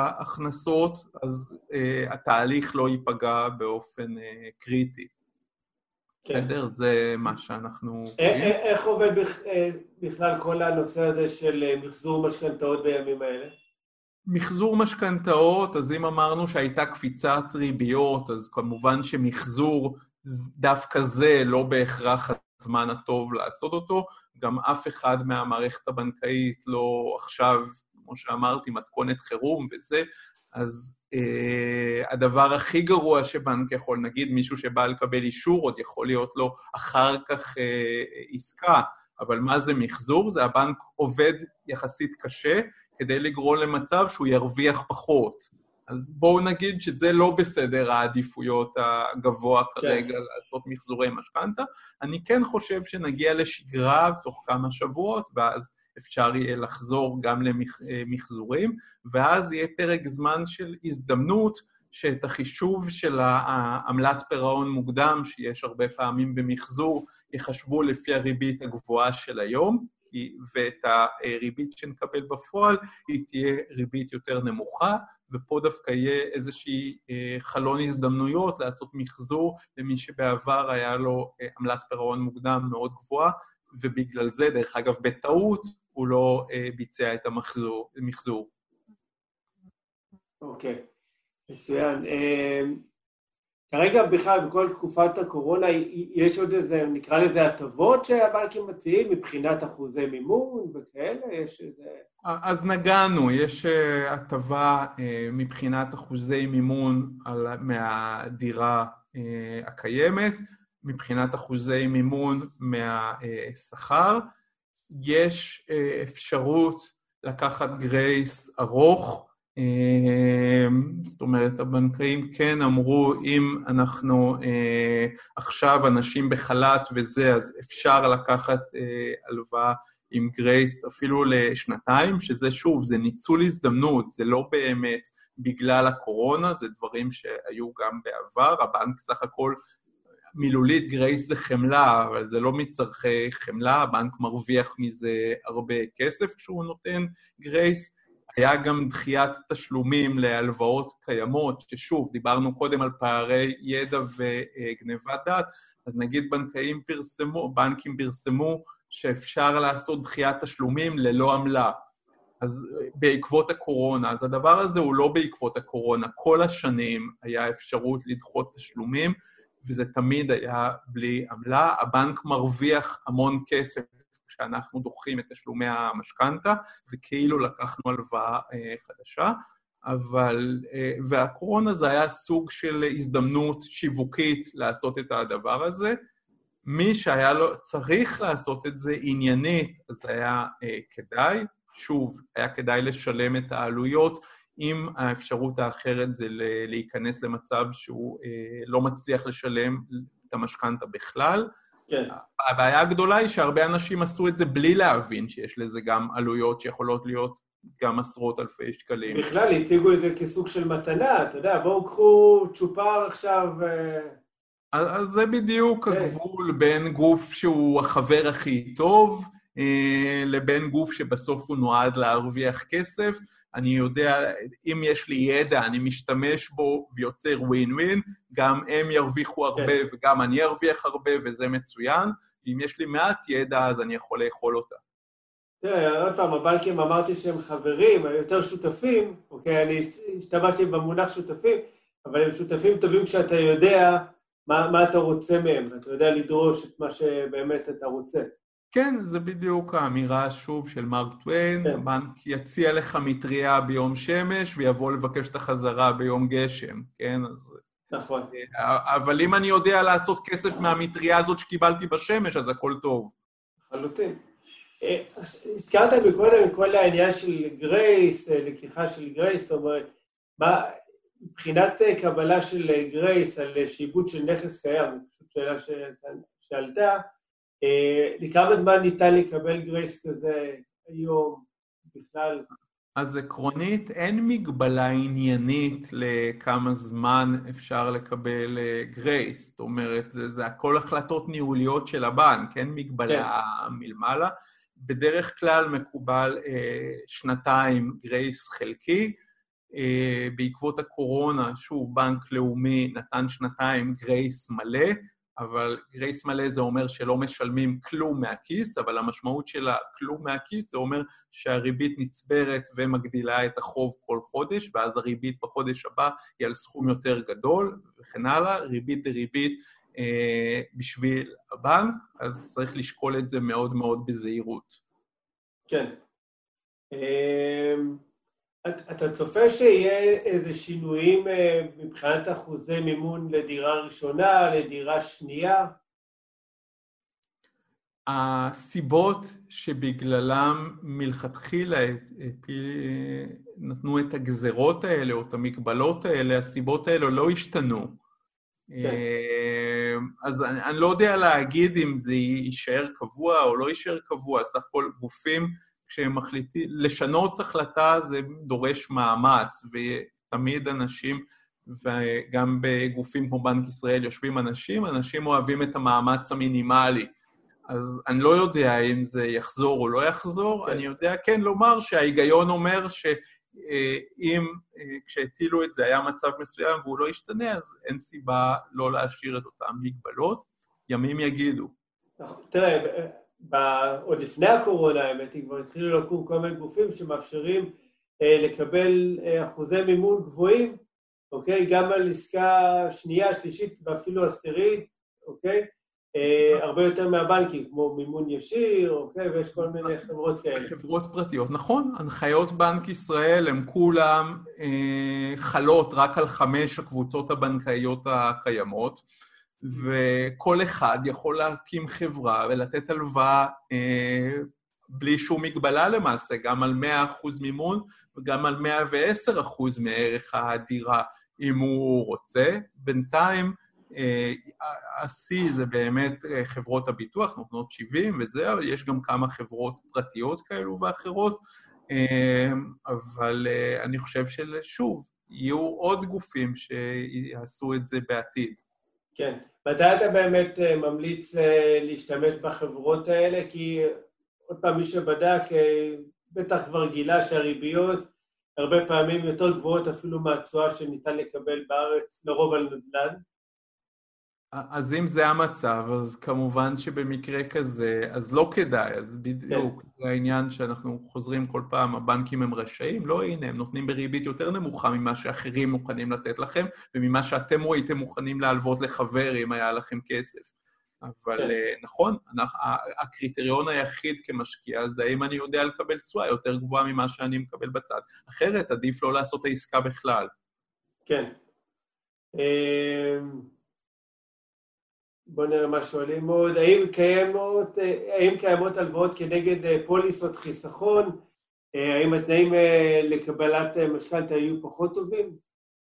S2: הכנסות, אז אה, התהליך לא ייפגע באופן אה, קריטי. בסדר? זה מה שאנחנו...
S1: איך עובד בכלל כל הנושא הזה של מחזור משכנתאות בימים האלה?
S2: מחזור משכנתאות, אז אם אמרנו שהייתה קפיצת ריביות, אז כמובן שמחזור דווקא זה לא בהכרח הזמן הטוב לעשות אותו, גם אף אחד מהמערכת הבנקאית לא עכשיו, כמו שאמרתי, מתכונת חירום וזה, אז אה, הדבר הכי גרוע שבנק יכול, נגיד מישהו שבא לקבל אישור, עוד יכול להיות לו אחר כך אה, עסקה, אבל מה זה מחזור? זה הבנק עובד יחסית קשה, כדי לגרום למצב שהוא ירוויח פחות. אז בואו נגיד שזה לא בסדר העדיפויות הגבוה כרגע כן. לעשות מחזורי משכנתה. אני כן חושב שנגיע לשגרה תוך כמה שבועות, ואז אפשר יהיה לחזור גם למחזורים, ואז יהיה פרק זמן של הזדמנות, שאת החישוב של העמלת פירעון מוקדם, שיש הרבה פעמים במחזור, יחשבו לפי הריבית הגבוהה של היום, ואת הריבית שנקבל בפועל, היא תהיה ריבית יותר נמוכה, ופה דווקא יהיה איזושהי חלון הזדמנויות לעשות מחזור, למי שבעבר היה לו עמלת פירעון מוקדם מאוד גבוהה, ובגלל זה, דרך אגב, בטעות, הוא לא ביצע את המחזור.
S1: אוקיי, מצוין. כרגע בכלל, בכל תקופת הקורונה, יש עוד איזה, נקרא לזה הטבות שהבנקים מציעים, מבחינת אחוזי מימון וכאלה, יש איזה...
S2: אז נגענו, יש הטבה מבחינת אחוזי מימון מהדירה הקיימת, מבחינת אחוזי מימון מהשכר, יש אפשרות לקחת גרייס ארוך, זאת אומרת, הבנקאים כן אמרו, אם אנחנו עכשיו אנשים בחל"ת וזה, אז אפשר לקחת הלוואה עם גרייס אפילו לשנתיים, שזה שוב, זה ניצול הזדמנות, זה לא באמת בגלל הקורונה, זה דברים שהיו גם בעבר, הבנק סך הכל מילולית גרייס זה חמלה, אבל זה לא מצרכי חמלה, הבנק מרוויח מזה הרבה כסף כשהוא נותן גרייס, היה גם דחיית תשלומים להלוואות קיימות, ששוב, דיברנו קודם על פערי ידע וגנבת דעת, אז נגיד בנקאים פרסמו, בנקים פרסמו שאפשר לעשות דחיית תשלומים ללא עמלה, אז בעקבות הקורונה, אז הדבר הזה הוא לא בעקבות הקורונה, כל השנים היה אפשרות לדחות תשלומים, וזה תמיד היה בלי עמלה, הבנק מרוויח המון כסף, כשאנחנו דוחים את תשלומי המשכנתה, זה כאילו לקחנו הלוואה חדשה, אבל, והקורונה זה היה סוג של הזדמנות שיווקית לעשות את הדבר הזה, מי שהיה לו צריך לעשות את זה עניינית, אז היה כדאי, שוב, היה כדאי לשלם את העלויות, אם האפשרות האחרת זה להיכנס למצב שהוא לא מצליח לשלם את המשכנתה בכלל,
S1: כן.
S2: הבעיה הגדולה היא שהרבה אנשים עשו את זה בלי להבין שיש לזה גם עלויות שיכולות להיות גם עשרות אלפי שקלים.
S1: בכלל, הציגו את זה כסוג של מתנה, אתה יודע, בואו קחו צ'ופר עכשיו...
S2: אז, אז זה בדיוק כן. הגבול בין גוף שהוא החבר הכי טוב, לבין גוף שבסוף הוא נועד להרוויח כסף. אני יודע, אם יש לי ידע, אני משתמש בו ויוצר ווין ווין, גם הם ירוויחו הרבה כן. וגם אני ארוויח הרבה, וזה מצוין. אם יש לי מעט ידע, אז אני יכול לאכול אותה.
S1: תראה, עוד פעם, הבנקים אמרתי שהם חברים, יותר שותפים, אוקיי, אני השתמשתי במונח שותפים, אבל הם שותפים טובים כשאתה יודע מה, מה אתה רוצה מהם, ואתה יודע לדרוש את מה שבאמת אתה רוצה.
S2: כן, זה בדיוק האמירה שוב של מרק טוויין, כן. הבנק יציע לך מטריה ביום שמש ויבוא לבקש את החזרה ביום גשם, כן? אז...
S1: נכון.
S2: אבל אם אני יודע לעשות כסף מהמטריה הזאת שקיבלתי בשמש, אז הכל טוב.
S1: חלוטין. הזכרת מקודם כל העניין של גרייס, לקיחה של גרייס, זאת אומרת, מה, מבחינת קבלה של גרייס על שיבוט של נכס קיים, פשוט שאלה שעלתה, לכמה זמן ניתן לקבל גרייס כזה היום בכלל?
S2: אז עקרונית אין מגבלה עניינית לכמה זמן אפשר לקבל גרייס, זאת אומרת, זה, זה הכל החלטות ניהוליות של הבנק, אין מגבלה כן. מלמעלה. בדרך כלל מקובל אה, שנתיים גרייס חלקי, אה, בעקבות הקורונה, שוב, בנק לאומי נתן שנתיים גרייס מלא, אבל גרייס מלא זה אומר שלא משלמים כלום מהכיס, אבל המשמעות של הכלום מהכיס זה אומר שהריבית נצברת ומגדילה את החוב כל חודש, ואז הריבית בחודש הבא היא על סכום יותר גדול, וכן הלאה, ריבית דריבית אה, בשביל הבנק, אז צריך לשקול את זה מאוד מאוד בזהירות.
S1: כן. אתה צופה שיהיה איזה שינויים מבחינת אחוזי מימון לדירה ראשונה, לדירה שנייה?
S2: הסיבות שבגללם מלכתחילה נתנו את הגזרות האלה או את המגבלות האלה, הסיבות האלה לא השתנו. כן. אז אני, אני לא יודע להגיד אם זה יישאר קבוע או לא יישאר קבוע, סך הכל גופים כשהם מחליטים, לשנות החלטה זה דורש מאמץ, ותמיד אנשים, וגם בגופים כמו בנק ישראל יושבים אנשים, אנשים אוהבים את המאמץ המינימלי. אז אני לא יודע אם זה יחזור או לא יחזור, כן. אני יודע כן לומר שההיגיון אומר שאם כשהטילו את זה היה מצב מסוים והוא לא ישתנה, אז אין סיבה לא להשאיר את אותם מגבלות, ימים יגידו.
S1: תראה, עוד לפני הקורונה, האמת, כבר התחילו לקום כל מיני גופים שמאפשרים אה, לקבל אה, אחוזי מימון גבוהים, אוקיי? גם על עסקה שנייה, שלישית ואפילו עשירית, אוקיי? אה, הרבה יותר מהבנקים, כמו מימון ישיר, אוקיי? ויש כל מיני חברות כאלה.
S2: חברות פרטיות, נכון. הנחיות בנק ישראל הם כולם אה, חלות רק על חמש הקבוצות הבנקאיות הקיימות, וכל אחד יכול להקים חברה ולתת הלוואה אה, בלי שום מגבלה למעשה, גם על מאה אחוז מימון וגם על מאה ועשר אחוז מערך הדירה, אם הוא רוצה. בינתיים, אה, ה-C זה באמת חברות הביטוח, נותנות שבעים וזהו, יש גם כמה חברות פרטיות כאלו ואחרות, אה, אבל אה, אני חושב ששוב, יהיו עוד גופים שיעשו את זה בעתיד.
S1: כן. מתי אתה באמת ממליץ להשתמש בחברות האלה? כי עוד פעם מי שבדק, בטח כבר גילה שהריביות הרבה פעמים יותר גבוהות אפילו מהתשואה שניתן לקבל בארץ, לרוב על נדל"ן.
S2: אז אם זה המצב, אז כמובן שבמקרה כזה, אז לא כדאי, אז בדיוק, זה העניין שאנחנו חוזרים כל פעם, הבנקים הם רשאים, לא הנה, הם נותנים בריבית יותר נמוכה ממה שאחרים מוכנים לתת לכם, וממה שאתם או הייתם מוכנים להלוות לחבר אם היה לכם כסף. אבל נכון, הקריטריון היחיד כמשקיע זה האם אני יודע לקבל תשואה יותר גבוהה ממה שאני מקבל בצד. אחרת, עדיף לא לעשות העסקה בכלל.
S1: כן. בוא נראה מה שואלים עוד. האם קיימות, האם קיימות הלוואות כנגד פוליסות חיסכון? האם התנאים לקבלת משכנתא היו פחות טובים?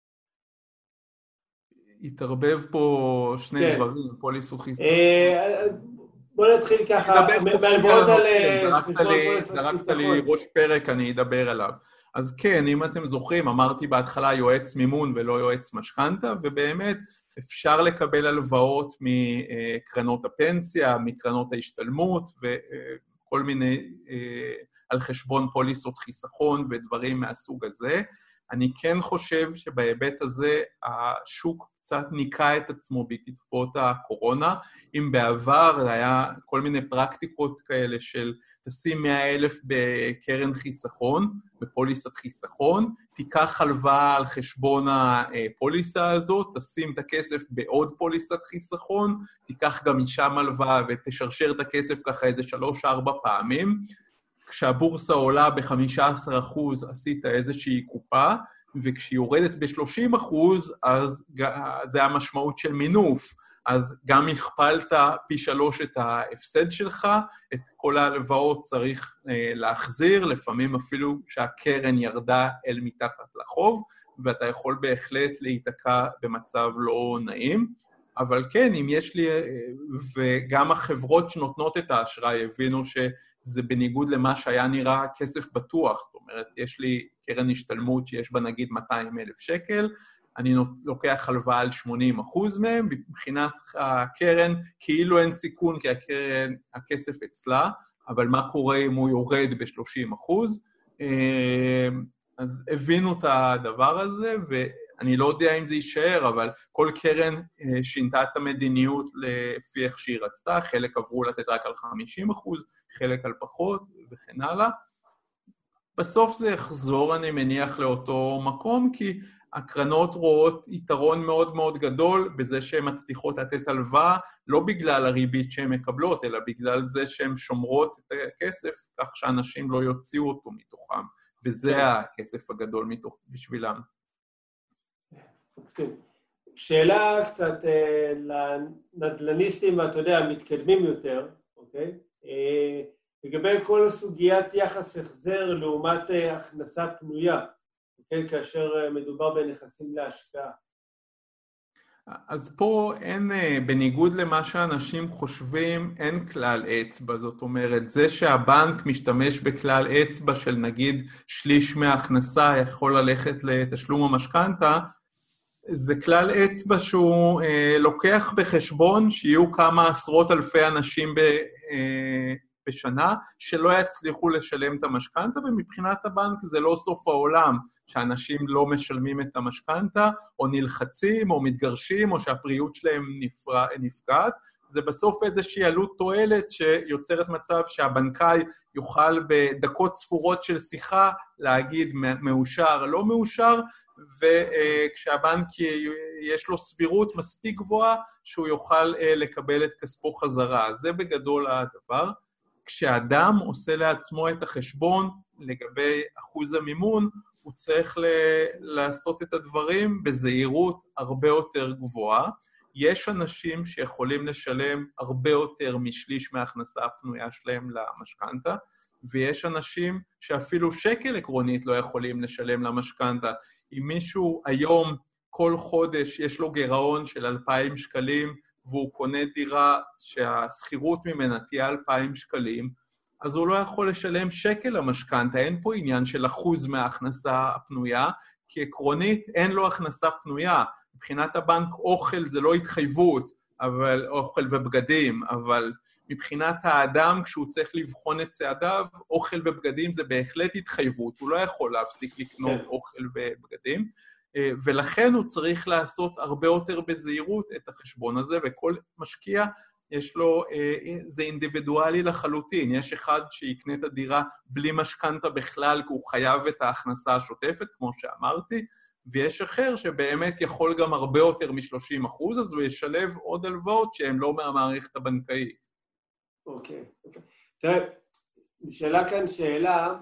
S2: התערבב פה שני כן. דברים, פוליסות חיסכון.
S1: בוא נתחיל ככה, מהלוואות על...
S2: זרקת לי ראש פרק, אני אדבר עליו. אז כן, אם אתם זוכרים, אמרתי בהתחלה יועץ מימון ולא יועץ משכנתא, ובאמת אפשר לקבל הלוואות מקרנות הפנסיה, מקרנות ההשתלמות, וכל מיני, על חשבון פוליסות חיסכון ודברים מהסוג הזה. אני כן חושב שבהיבט הזה השוק קצת ניקה את עצמו בעקבות הקורונה. אם בעבר היה כל מיני פרקטיקות כאלה של תשים מאה אלף בקרן חיסכון, בפוליסת חיסכון, תיקח הלוואה על חשבון הפוליסה הזאת, תשים את הכסף בעוד פוליסת חיסכון, תיקח גם משם הלוואה ותשרשר את הכסף ככה איזה שלוש ארבע פעמים. כשהבורסה עולה ב-חמישה עשר אחוז עשית איזושהי קופה, וכשהיא יורדת ב-שלושים אחוז, אז זה המשמעות של מינוף. אז גם הכפלת פי שלוש את ההפסד שלך, את כל ההלוואות צריך אה, להחזיר, לפעמים אפילו שהקרן ירדה אל מתחת לחוב, ואתה יכול בהחלט להיתקע במצב לא נעים. אבל כן, אם יש לי, וגם החברות שנותנות את האשראי הבינו שזה בניגוד למה שהיה נראה כסף בטוח, זאת אומרת, יש לי קרן השתלמות שיש בה נגיד מאתיים אלף שקל, אני לוקח הלוואה על שמונים אחוז מהם, מבחינת הקרן כאילו אין סיכון כי הקרן, הכסף אצלה, אבל מה קורה אם הוא יורד ב-שלושים אחוז? אז הבינו את הדבר הזה, ו... אני לא יודע אם זה יישאר, אבל כל קרן אה, שינתה את המדיניות לפי איך שהיא רצתה, חלק עברו לתת רק על חמישים אחוז, חלק על פחות וכן הלאה. בסוף זה יחזור, אני מניח, לאותו מקום, כי הקרנות רואות יתרון מאוד מאוד גדול בזה שהן מצליחות לתת הלוואה, לא בגלל הריבית שהן מקבלות, אלא בגלל זה שהן שומרות את הכסף, כך שאנשים לא יוציאו אותו מתוכם, וזה הכסף הגדול מתוך, בשבילם.
S1: שאלה קצת לנדלניסטים, אתה יודע, מתקדמים יותר, אוקיי? לגבי כל סוגיית יחס החזר לעומת הכנסה פנויה, אוקיי? כאשר מדובר בנכסים להשקעה.
S2: אז פה אין, בניגוד למה שאנשים חושבים, אין כלל אצבע. זאת אומרת, זה שהבנק משתמש בכלל אצבע של נגיד שליש מההכנסה יכול ללכת לתשלום המשכנתה, זה כלל אצבע שהוא אה, לוקח בחשבון שיהיו כמה עשרות אלפי אנשים ב, אה, בשנה שלא יצליחו לשלם את המשכנתה, ומבחינת הבנק זה לא סוף העולם שאנשים לא משלמים את המשכנתה, או נלחצים, או מתגרשים, או שהפריאות שלהם נפרע, נפגעת. זה בסוף איזושהי עלות תועלת שיוצרת מצב שהבנקאי יוכל בדקות ספורות של שיחה להגיד מאושר, לא מאושר, וכשהבנק יש לו סבירות מספיק גבוהה שהוא יוכל לקבל את כספו חזרה. זה בגדול הדבר. כשאדם עושה לעצמו את החשבון לגבי אחוז המימון, הוא צריך ל- לעשות את הדברים בזהירות הרבה יותר גבוהה. יש אנשים שיכולים לשלם הרבה יותר משליש מההכנסה הפנויה שלהם למשכנתה, ויש אנשים שאפילו שקל עקרונית לא יכולים לשלם למשכנתה. אם מישהו היום כל חודש יש לו גירעון של אלפיים שקלים, והוא קונה דירה שהסחירות ממנה תהיה אלפיים שקלים, אז הוא לא יכול לשלם שקל למשכנתה. אין פה עניין של אחוז מההכנסה הפנויה, כי עקרונית אין לו הכנסה פנויה. מבחינת הבנק אוכל זה לא התחייבות, אבל אוכל ובגדים, אבל מבחינת האדם כשהוא צריך לבחון את צעדיו, אוכל ובגדים זה בהחלט התחייבות, הוא לא יכול להפסיק לקנות אוכל ובגדים, ולכן הוא צריך לעשות הרבה יותר בזהירות את החשבון הזה, וכל משקיע יש לו, זה אינדיבידואלי לחלוטין, יש אחד שיקנה את הדירה בלי משכנתה בכלל, כי הוא חייב את ההכנסה השוטפת, כמו שאמרתי, ויש אחר שבאמת יכול גם הרבה יותר מ-שלושים אחוז, אז הוא ישלב עוד הלוואות שהן לא מהמערכת הבנקאית.
S1: אוקיי, אוקיי. תראה, נשאלה כאן שאלה,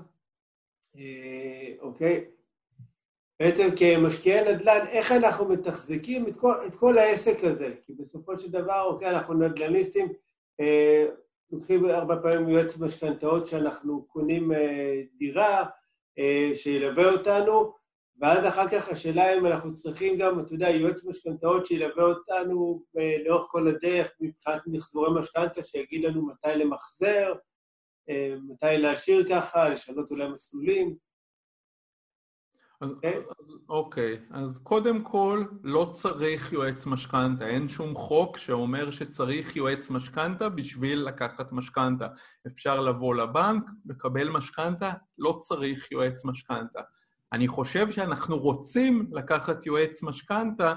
S1: אוקיי, בעצם כמשקיעי נדל"ן, איך אנחנו מתחזקים את כל, את כל העסק הזה? כי בסופו של דבר, אוקיי, אנחנו נדל"ניסטים, אה, לוקחים הרבה פעמים יועץ משכנתאות שאנחנו קונים אה, דירה, אה, שילווה אותנו, ואז אחר כך השאלה אם אנחנו צריכים גם, אתה יודע, יועץ משכנתאות שילווה אותנו אה, לאורך כל הדרך, מבחינת מחזורי משכנתה, שיגיד לנו מתי למחזר, אה, מתי להשאיר ככה, לשנות אולי מסלולים.
S2: אז, אז, אוקיי, אז קודם כל לא צריך יועץ משכנתה, אין שום חוק שאומר שצריך יועץ משכנתה בשביל לקחת משכנתה. אפשר לבוא לבנק, לקבל משכנתה, לא צריך יועץ משכנתה. אני חושב שאנחנו רוצים לקחת יועץ משכנתה,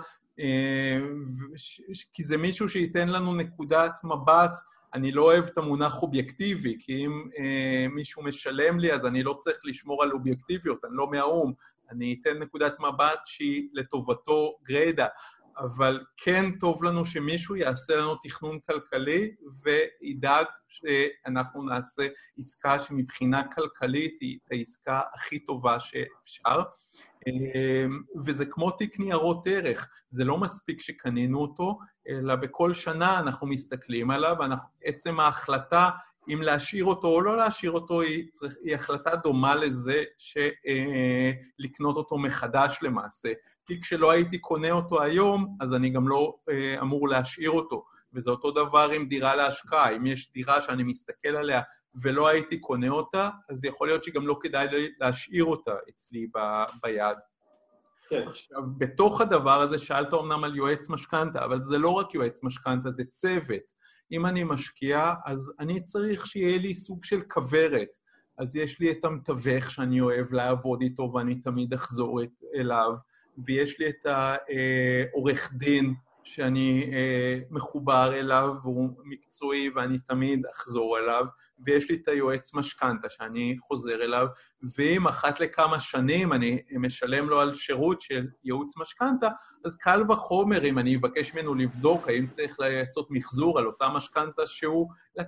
S2: כי זה מישהו שייתן לנו נקודת מבט, אני לא אוהב את המונח אובייקטיבי, כי אם אה, מישהו משלם לי, אז אני לא צריך לשמור על אובייקטיביות, אני לא מהאום, אני אתן נקודת מבט שהיא לטובתו גריידה, אבל כן טוב לנו שמישהו יעשה לנו תכנון כלכלי, וידאג שאנחנו נעשה עסקה שמבחינה כלכלית היא העסקה הכי טובה שאפשר, וזה כמו תיק ניירות ערך, זה לא מספיק שקנינו אותו, אלא בכל שנה אנחנו מסתכלים עליו, ועצם ההחלטה אם להשאיר אותו או לא להשאיר אותו, היא, צריך, היא החלטה דומה לזה שלקנות אותו מחדש למעשה. כי כשלא הייתי קונה אותו היום, אז אני גם לא אמור להשאיר אותו. וזה אותו דבר עם דירה להשקעה. אם יש דירה שאני מסתכל עליה ולא הייתי קונה אותה, אז יכול להיות שגם לא כדאי להשאיר אותה אצלי ב, ביד. כן. עכשיו, בתוך הדבר הזה שאלת אומנם על יועץ משכנתה, אבל זה לא רק יועץ משכנתה, זה צוות. אם אני משקיע, אז אני צריך שיהיה לי סוג של כברת. אז יש לי את המתווך שאני אוהב לעבוד איתו, ואני תמיד אחזור אליו. ויש לי את העורך דין שאני אה, מחובר אליו, והוא מקצועי ואני תמיד אחזור אליו, ויש לי את היועץ משכנתה שאני חוזר אליו, ואם אחת לכמה שנים אני משלם לו על שירות של ייעוץ משכנתה, אז קל וחומר אם אני אבקש ממנו לבדוק האם צריך לעשות מחזור על אותה משכנתה שהוא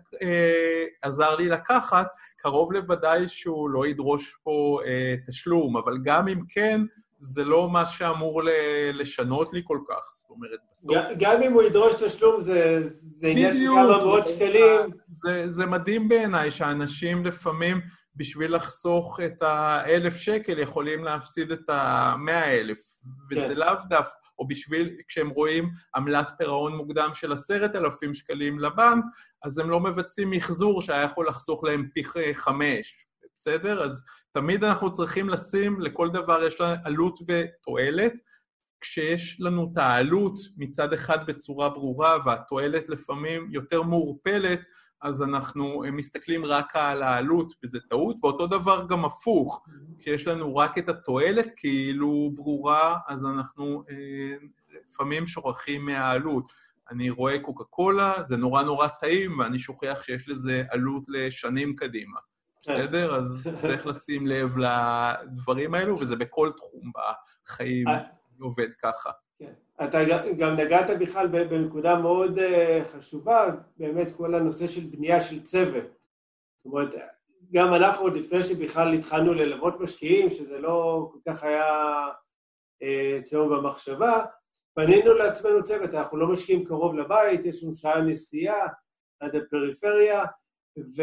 S2: אה, עזר לי לקחת, קרוב לוודאי שהוא לא ידרוש פה אה, תשלום, אבל גם אם כן, זה לא מה שאמור לשנות לי כל כך. זאת אומרת, בסוף...
S1: גם אם הוא ידרוש תשלום, זה עניין של כמה מאות שקלים.
S2: זה מדהים בעיניי שאנשים לפעמים, בשביל לחסוך את האלף שקל, יכולים להפסיד את המאה אלף. וזה לאו דווקא, או בשביל, כשהם רואים עמלת פירעון מוקדם של עשרת אלפים שקלים לבנק, אז הם לא מבצעים מחזור שהיה יכול לחסוך להם פי חמש. בסדר? אז תמיד אנחנו צריכים לשים, לכל דבר יש לה עלות ותועלת, כשיש לנו את העלות מצד אחד בצורה ברורה, והתועלת לפעמים יותר מעורפלת, אז אנחנו מסתכלים רק על העלות, וזה טעות, ואותו דבר גם הפוך, כשיש לנו רק את התועלת כאילו ברורה, אז אנחנו אה, לפעמים שוכחים מהעלות. אני רואה קוקה קולה, זה נורא נורא טעים, ואני שוכח שיש לזה עלות לשנים קדימה. בסדר? אז צריך לשים לב לדברים האלו, וזה בכל תחום בחיים עובד ככה.
S1: אתה גם נגעת בכלל בנקודה מאוד חשובה, באמת כל הנושא של בנייה של צוות. זאת אומרת, גם אנחנו עוד לפני שבכלל התחלנו ללוות משקיעים, שזה לא כל כך היה אצלנו במחשבה, בנינו לעצמנו צוות, אנחנו לא משקיעים קרוב לבית, יש לנו שעה נסיעה עד הפריפריה, ו...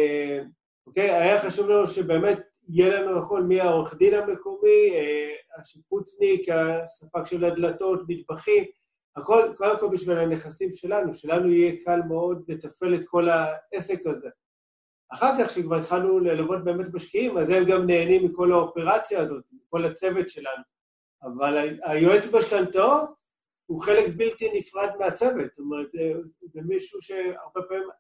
S1: אוקיי, היה חשוב לנו שבאמת יהיה לנו הכל מהעורך דין המקומי, השיפוצניק, הספק של הדלתות, מטבחים, הכל, כל הכל בשביל הנכסים שלנו, שלנו יהיה קל מאוד לתפעל את כל העסק הזה. אחר כך, כשכבר התחלנו ללוות באמת משקיעים, אז הם גם נהנים מכל האופרציה הזאת, מכל הצוות שלנו. אבל היועץ משכנתאות הוא חלק בלתי נפרד מהצוות, זאת אומרת, זה מישהו שהרבה פעמים,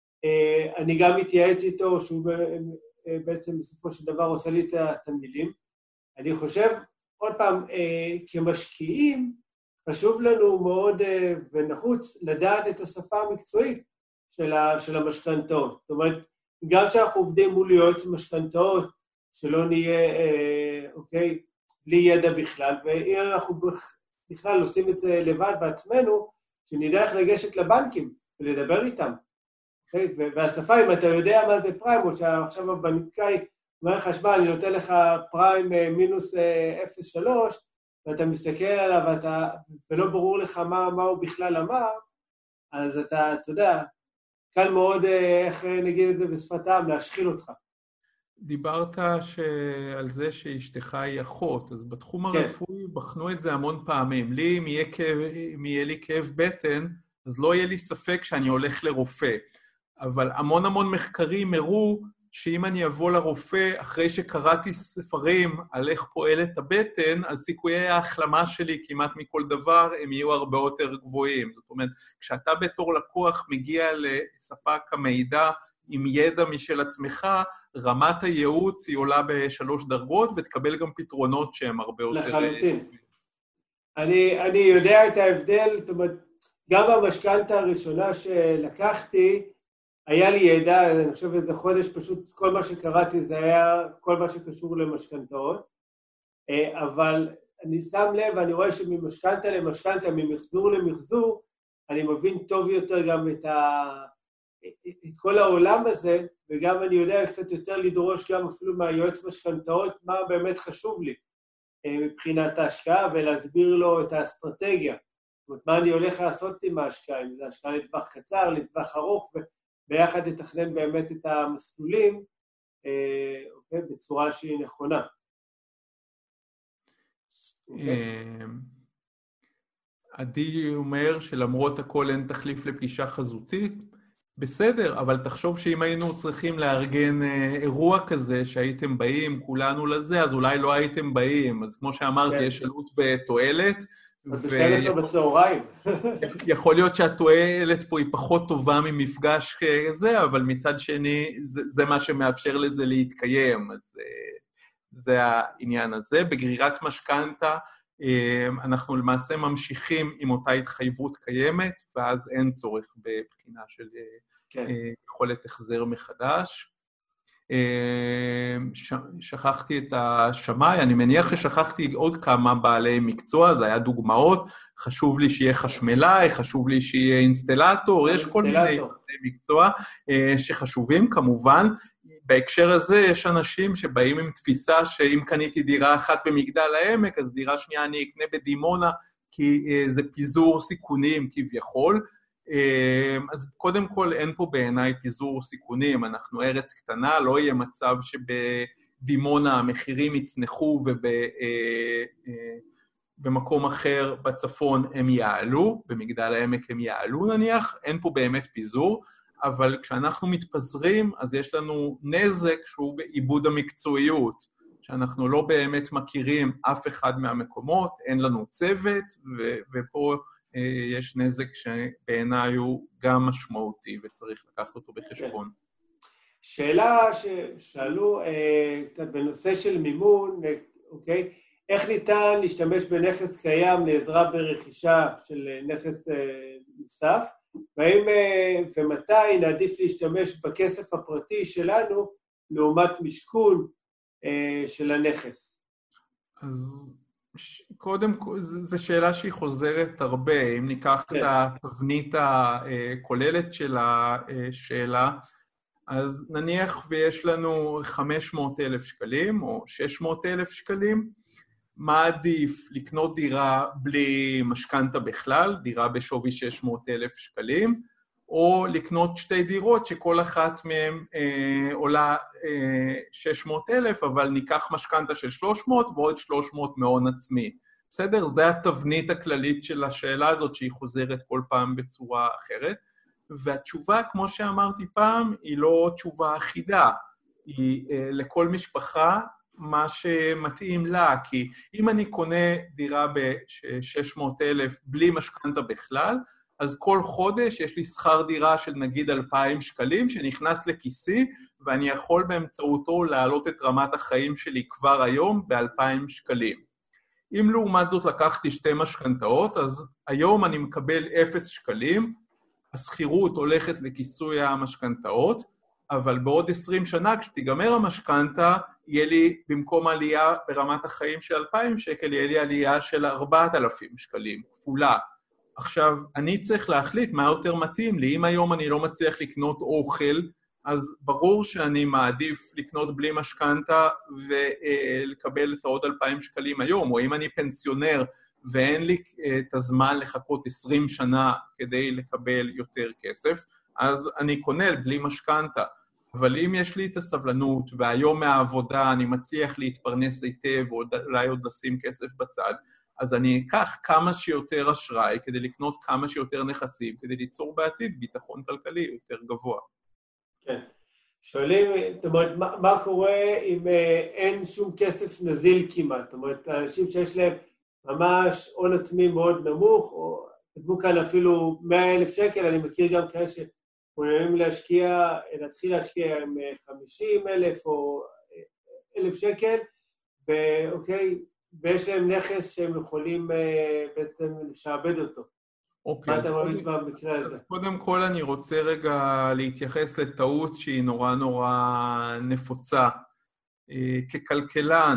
S1: אני גם מתייעץ איתו, שהוא בעצם בסופו של דבר עושה לי את התמלילים. אני חושב, עוד פעם, כמשקיעים, חשוב לנו מאוד ונחוץ לדעת את השפה המקצועית של המשכנתאות. זאת אומרת, גם כשאנחנו עובדים מול יועץ משכנתאות, שלא נהיה, אוקיי, בלי ידע בכלל, ואם אנחנו בכלל עושים את זה לבד בעצמנו, שנדע איך לגשת לבנקים ולדבר איתם. והשפה, אם אתה יודע מה זה פריים, או שעכשיו הבנקאי אומר לך, שמע, אני נותן לך פריים מינוס אפס נקודה שלוש, ואתה מסתכל עליו, ואתה, ולא ברור לך מה, מה הוא בכלל אמר, אז אתה, אתה יודע, קל מאוד, איך נגיד את זה בשפת העם, להשחיל אותך.
S2: דיברת ש... על זה שאשתך היא אחות, אז בתחום הרפואי בחנו את זה המון פעמים. לי, אם יהיה, כאב, אם יהיה לי כאב בטן, אז לא יהיה לי ספק שאני הולך לרופא. אבל המון המון מחקרים הראו שאם אני אבוא לרופא אחרי שקראתי ספרים על איך פועלת הבטן, אז סיכויי ההחלמה שלי כמעט מכל דבר הם יהיו הרבה יותר גבוהים. זאת אומרת, כשאתה בתור לקוח מגיע לספק המידע עם ידע משל עצמך, רמת הייעוץ היא עולה בשלוש דרגות, ותקבל גם פתרונות שהם הרבה יותר...
S1: לחלוטין. אני, אני יודע את ההבדל, זאת אומרת, גם במשכנתה הראשונה שלקחתי, היה לי ידע, אני חושב איזה חודש, פשוט כל מה שקראתי זה היה כל מה שקשור למשכנתאות, אבל אני שם לב, אני רואה שממשכנתה למשכנתה, ממחזור למחזור, אני מבין טוב יותר גם את, ה... את כל העולם הזה, וגם אני יודע קצת יותר לדרוש גם אפילו מהיועץ משכנתאות, מה באמת חשוב לי מבחינת ההשקעה, ולהסביר לו את האסטרטגיה. זאת אומרת, מה אני הולך לעשות עם ההשקעה, אם זה השקעה לטווח קצר, לטווח ארוך, וביחד לתכנן באמת את המסלולים אוקיי, בצורה שהיא נכונה.
S2: עדי אומר שלמרות הכל אין תחליף לפגישה חזותית, בסדר, אבל תחשוב שאם היינו צריכים לארגן אירוע כזה, שהייתם באים כולנו לזה, אז אולי לא הייתם באים. אז כמו שאמרתי, יש עלות ותועלת.
S1: אז בשתים עשרה בצהריים.
S2: יכול להיות שהתועלת פה היא פחות טובה ממפגש כזה, אבל מצד שני, זה מה שמאפשר לזה להתקיים. אז זה העניין הזה. בגרירת משכנתה, אנחנו למעשה ממשיכים עם אותה התחייבות קיימת, ואז אין צורך בבחינה של כן. יכולת החזר מחדש. שכחתי את השמאי, אני מניח ששכחתי עוד כמה בעלי מקצוע, זה היה דוגמאות, חשוב לי שיהיה חשמלאי, חשוב לי שיהיה אינסטלטור, יש כל מיני בעלי מקצוע שחשובים כמובן. בהקשר הזה יש אנשים שבאים עם תפיסה שאם קניתי דירה אחת במגדל העמק, אז דירה שנייה אני אקנה בדימונה, כי זה פיזור סיכונים כביכול. אז קודם כל אין פה בעיניי פיזור סיכונים, אנחנו ארץ קטנה, לא יהיה מצב שבדימונה המחירים יצנחו ובמקום אחר בצפון הם יעלו, במגדל העמק הם יעלו נניח, אין פה באמת פיזור, אבל כשאנחנו מתפזרים אז יש לנו נזק שהוא בעיבוד המקצועיות, שאנחנו לא באמת מכירים אף אחד מהמקומות, אין לנו צוות, ו- ופה יש נזק שבעיניי הוא גם משמעותי, וצריך לקחת אותו בחשבון.
S1: שאלה ששאלו קצת בנושא של מימון, אוקיי? איך ניתן להשתמש בנכס קיים לעזרה ברכישה של נכס נוסף, והאם ומתי נעדיף להשתמש בכסף הפרטי שלנו לעומת משכון של הנכס?
S2: אז קודם כל, זו שאלה שהיא חוזרת הרבה, אם ניקח את התבנית הכוללת של השאלה, אז נניח ויש לנו חמש מאות אלף שקלים או שש מאות אלף שקלים, מה עדיף לקנות דירה בלי משכנתה בכלל, דירה בשווי שש מאות אלף שקלים, או לקנות שתי דירות שכל אחת מהן אה, עולה אה, שש מאות אלף, אבל ניקח משכנתה של שלוש מאות ועוד שלוש מאות מהון עצמי. בסדר? זה התבנית הכללית של השאלה הזאת שהיא חוזרת כל פעם בצורה אחרת, והתשובה, כמו שאמרתי פעם, היא לא תשובה אחידה, היא אה, לכל משפחה מה שמתאים לה, כי אם אני קונה דירה ב-שש מאות אלף בלי משכנתה בכלל, אז כל חודש יש לי שכר דירה של נגיד אלפיים שקלים שנכנס לכיסי, ואני יכול באמצעותו להעלות את רמת החיים שלי כבר היום ב-אלפיים שקלים. אם לעומת זאת לקחתי שתי משכנתאות, אז היום אני מקבל אפס שקלים, הסחירות הולכת לכיסוי המשכנתאות, אבל בעוד עשרים שנה כשתיגמר המשכנתה, יהיה לי במקום עלייה ברמת החיים של אלפיים שקל, יהיה לי עלייה של ארבעת אלפים שקלים, כפולה. עכשיו, אני צריך להחליט מה יותר מתאים לי. אם היום אני לא מצליח לקנות אוכל, אז ברור שאני מעדיף לקנות בלי משכנתה ולקבל את העוד אלפיים שקלים היום, או אם אני פנסיונר ואין לי את הזמן לחכות עשרים שנה כדי לקבל יותר כסף, אז אני קונה בלי משכנתה. אבל אם יש לי את הסבלנות, והיום מהעבודה אני מצליח להתפרנס היטב, או אולי עוד לשים כסף בצד, אז אני אקח כמה שיותר אשראי כדי לקנות כמה שיותר נכסים, כדי ליצור בעתיד ביטחון כלכלי יותר גבוה.
S1: כן. שואלים, זאת אומרת, מה, מה קורה אם אה, אין שום כסף נזיל כמעט? זאת אומרת, האנשים שיש להם ממש הון עצמי מאוד נמוך, או כתבו כאן אפילו מאה אלף שקל, אני מכיר גם כאלה שמעוניינים להשקיע, להתחיל להשקיע עם חמישים אלף או אלף שקל, ואוקיי, ויש להם נכס שהם יכולים uh, בעצם לשעבד אותו.
S2: אוקיי, אז, קודם, במקרה הזה? אז קודם כל אני רוצה רגע להתייחס לטעות שהיא נורא נורא נפוצה. Uh, ככלכלן,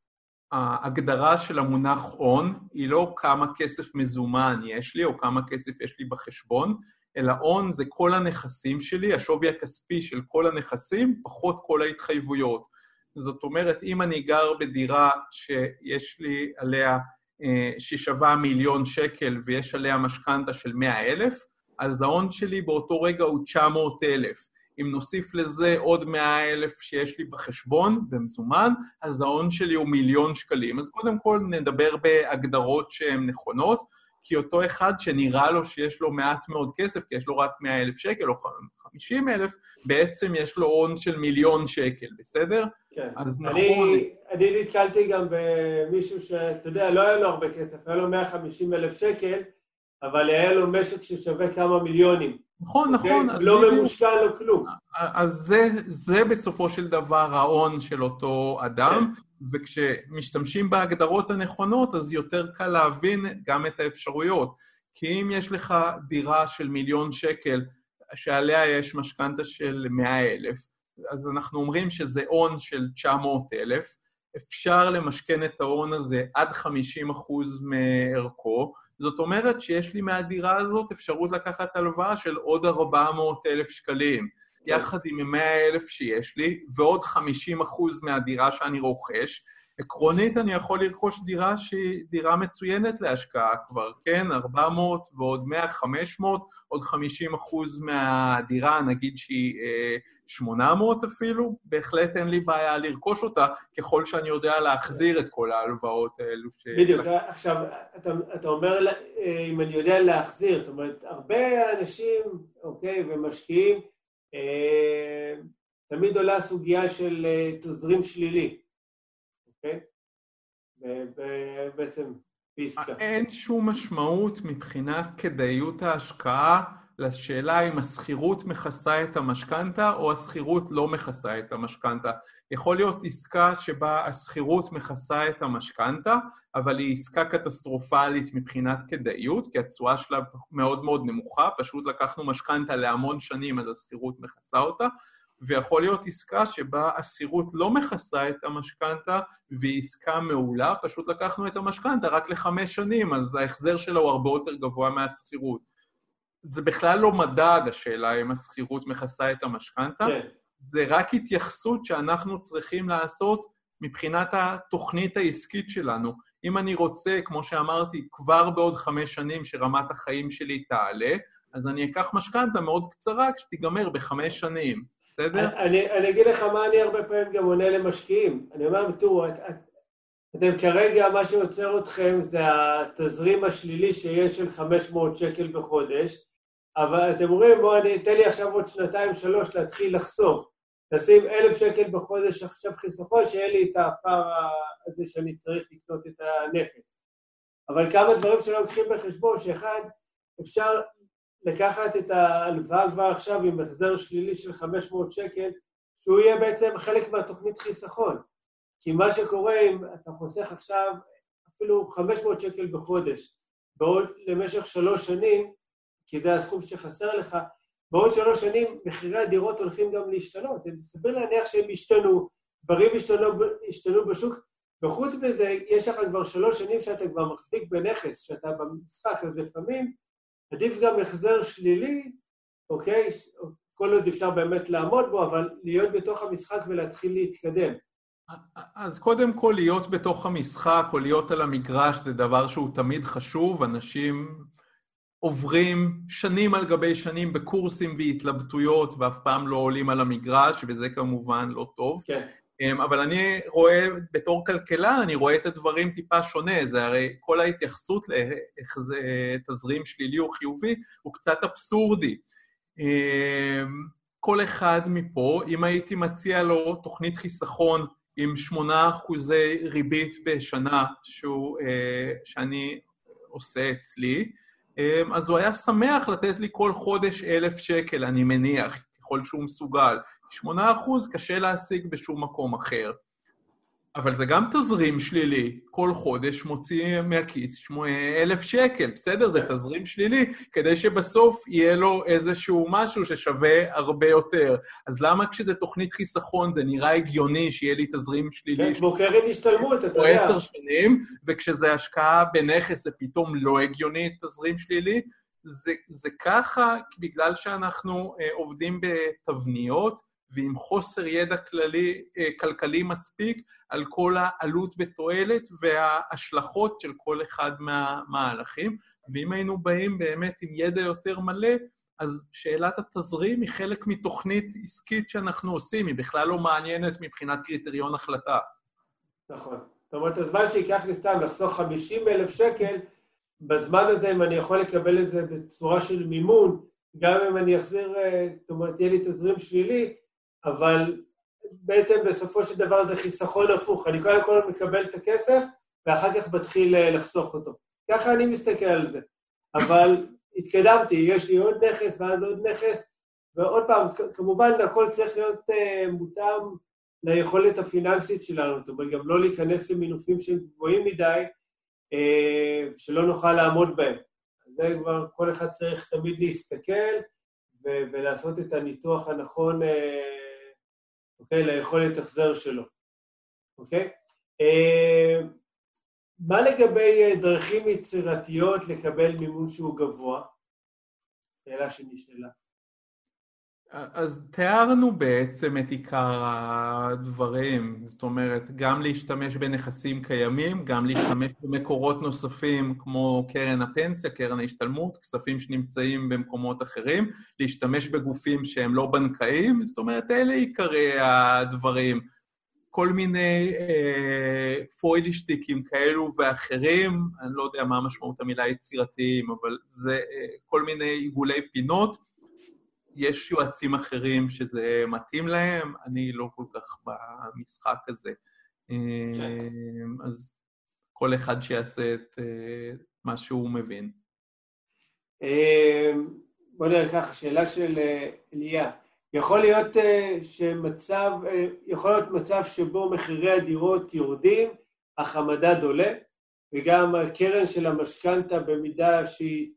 S2: ההגדרה של המונח הון היא לא כמה כסף מזומן יש לי או כמה כסף יש לי בחשבון, אלא הון זה כל הנכסים שלי, השווי הכספי של כל הנכסים, פחות כל ההתחייבויות. זאת אומרת, אם אני גר בדירה שיש לי עליה, ששווה מיליון שקל ויש עליה משכנתה של מאה אלף, אז ההון שלי באותו רגע הוא תשע מאות אלף. אם נוסיף לזה עוד מאה אלף שיש לי בחשבון, במזומן, אז ההון שלי הוא מיליון שקלים. אז קודם כל נדבר בהגדרות שהן נכונות, כי אותו אחד שנראה לו שיש לו מעט מאוד כסף, כי יש לו רק מאה אלף שקל או חמישים אלף, בעצם יש לו הון של מיליון שקל, בסדר?
S1: כן.
S2: אז
S1: אני,
S2: נכון...
S1: אני נתקלתי גם במישהו שאתה יודע, לא היה לו הרבה כסף, היה לו מאה וחמישים אלף שקל, אבל היה לו משק ששווה כמה מיליונים.
S2: נכון, נכון.
S1: לא ממושכן, לא כלום.
S2: אז זה, זה בסופו של דבר ההון של אותו אדם, וכשמשתמשים בהגדרות הנכונות, אז יותר קל להבין גם את האפשרויות. כי אם יש לך דירה של מיליון שקל, שעליה יש משכנתה של מאה אלף, אז אנחנו אומרים שזה הון של תשע מאות אלף, אפשר למשכן את ההון הזה עד חמישים אחוז מערכו, זאת אומרת שיש לי מהדירה הזאת אפשרות לקחת הלוואה של עוד ארבע מאות אלף שקלים, יחד עם מאה אלף שיש לי, ועוד חמישים אחוז מהדירה שאני רוכש. עקרונית אני יכול לרכוש דירה שהיא דירה מצוינת להשקעה כבר, כן? ארבע מאות ועוד מאה, חמש מאות, עוד חמישים אחוז מהדירה, נגיד שהיא אה, שמונה מאות אפילו, בהחלט אין לי בעיה לרכוש אותה, ככל שאני יודע להחזיר את כל ההלוואות האלו. ש...
S1: בדיוק, עכשיו, אתה, אתה אומר, אם אני יודע להחזיר, זאת אומרת, הרבה אנשים, אוקיי, ומשקיעים, אה, תמיד עולה הסוגיה של אה, תזרים שלילי. אוקיי? ובעצם בעסקה.
S2: אין שום משמעות מבחינת כדאיות ההשקעה לשאלה אם הסחירות מכסה את המשכנתה או הסחירות לא מכסה את המשכנתה. יכול להיות עסקה שבה הסחירות מכסה את המשכנתה, אבל היא עסקה קטסטרופלית מבחינת כדאיות, כי התשואה שלה מאוד מאוד נמוכה, פשוט לקחנו משכנתה להמון שנים, אז הסחירות מכסה אותה, ויכול להיות עסקה שבה הסחירות לא מכסה את המשכנתה, והיא עסקה מעולה, פשוט לקחנו את המשכנתה רק לחמש שנים, אז ההחזר שלה הוא הרבה יותר גבוה מהסחירות. זה בכלל לא מדד, השאלה אם הסחירות מכסה את המשכנתה, כן. זה רק התייחסות שאנחנו צריכים לעשות מבחינת התוכנית העסקית שלנו. אם אני רוצה, כמו שאמרתי, כבר בעוד חמש שנים שרמת החיים שלי תעלה, אז אני אקח משכנתה מאוד קצרה כשתיגמר בחמש שנים.
S1: אני, אני אגיד לך מה אני הרבה פעמים גם עונה למשקיעים. אני אומר, תראו, את, את, אתם כרגע, מה שיוצר אתכם זה התזרים השלילי שיש של חמש מאות שקל בחודש, אבל אתם אומרים, בואו, אני אתן לי עכשיו עוד שנתיים, שלוש, להתחיל לחסוך. לשים אלף שקל בחודש עכשיו חיסכון, שיהיה לי את הפער הזה שאני צריך לקנות את הנכס. אבל כמה דברים שלא לוקחים בחשבון, שאחד, אפשר לקחת את ההלוואה כבר עכשיו עם החזר שלילי של חמש מאות שקל, שהוא יהיה בעצם חלק מהתוכנית חיסכון. כי מה שקורה אם אתה חוסך עכשיו אפילו חמש מאות שקל בחודש, בעוד למשך שלוש שנים, כי זה הסכום שחסר לך, בעוד שלוש שנים מחירי הדירות הולכים גם להשתנות. סביר להניח שהם השתנו, דברים השתנו, השתנו בשוק, וחוץ מזה יש לך כבר שלוש שנים שאתה כבר מחזיק בנכס, שאתה במשחק, אז לפעמים עדיף גם החזר שלילי, אוקיי? כל עוד אפשר באמת לעמוד בו, אבל להיות בתוך המשחק ולהתחיל להתקדם.
S2: אז קודם כל להיות בתוך המשחק או להיות על המגרש זה דבר שהוא תמיד חשוב, אנשים עוברים שנים על גבי שנים בקורסים והתלבטויות ואף פעם לא עולים על המגרש, וזה כמובן לא טוב.
S1: כן.
S2: אבל אני רואה, בתור כלכלן, אני רואה את הדברים טיפה שונה, זה הרי כל ההתייחסות לאיך זה תזרים שלילי או חיובי, הוא קצת אבסורדי. כל אחד מפה, אם הייתי מציע לו תוכנית חיסכון עם שמונה אחוזי ריבית בשנה, שהוא, שאני עושה אצלי, אז הוא היה שמח לתת לי כל חודש אלף שקל, אני מניח, ככל שהוא מסוגל. שמונה אחוז קשה להשיג בשום מקום אחר. אבל זה גם תזרים שלילי. כל חודש מוציא מהכיס אלף שקל, בסדר? זה תזרים שלילי, כדי שבסוף יהיה לו איזשהו משהו ששווה הרבה יותר. אז למה כשזה תוכנית חיסכון זה נראה הגיוני שיהיה לי תזרים שלילי?
S1: כן, בוקרים השתלמות, אתה יודע.
S2: או עשר שנים, וכשזה השקעה בנכס זה פתאום לא הגיוני תזרים שלילי, זה, זה ככה בגלל שאנחנו אה, עובדים בתבניות ועם חוסר ידע כללי, אה, כלכלי מספיק על כל העלות ותועלת וההשלכות של כל אחד מהמהלכים, ואם היינו באים באמת עם ידע יותר מלא, אז שאלת התזרים היא חלק מתוכנית עסקית שאנחנו עושים, היא בכלל לא מעניינת מבחינת קריטריון החלטה.
S1: נכון. זאת אומרת, הזמן שיקח לי סתם לחסוך חמישים אלף שקל, בזמן הזה, אם אני יכול לקבל את זה בצורה של מימון, גם אם אני אחזיר, זאת אומרת, יהיה לי תזרים שלילי, אבל בעצם בסופו של דבר זה חיסכון הפוך. אני קודם כל מקבל את הכסף, ואחר כך מתחיל לחסוך אותו. ככה אני מסתכל על זה. אבל התקדמתי, יש לי עוד נכס ואז עוד נכס, ועוד פעם, כמובן הכל צריך להיות uh, מותאם ליכולת הפיננסית שלנו, זאת אומרת, גם לא להיכנס למינופים שהם גבוהים מדי, uh, שלא נוכל לעמוד בהם. זה כבר כל אחד צריך תמיד להסתכל, ו- ולעשות את הניתוח הנכון, uh, אוקיי, ליכולת החזר שלו. אוקיי? Uh, מה לגבי דרכים יצירתיות לקבל מימון שהוא גבוה? שאלה שנשאלה.
S2: אז תיארנו בעצם את עיקר הדברים, זאת אומרת, גם להשתמש בנכסים קיימים, גם להשתמש במקורות נוספים כמו קרן הפנסיה, קרן ההשתלמות, כספים שנמצאים במקומות אחרים, להשתמש בגופים שהם לא בנקאיים, זאת אומרת, אלה עיקרי הדברים. כל מיני אה, פוילישטיקים כאלו ואחרים, אני לא יודע מה משמעות המילה יצירתיים, אבל זה אה, כל מיני עיגולי פינות, יש יועצים אחרים שזה מתאים להם, אני לא כל כך במשחק הזה. Okay. אז כל אחד שיעשה את מה שהוא מבין.
S1: בוא נראה ככה, שאלה של אליה. יכול להיות שמצב, יכול להיות מצב שבו מחירי הדירות יורדים, אך המדד עולה, וגם הקרן של המשכנתה במידה שהיא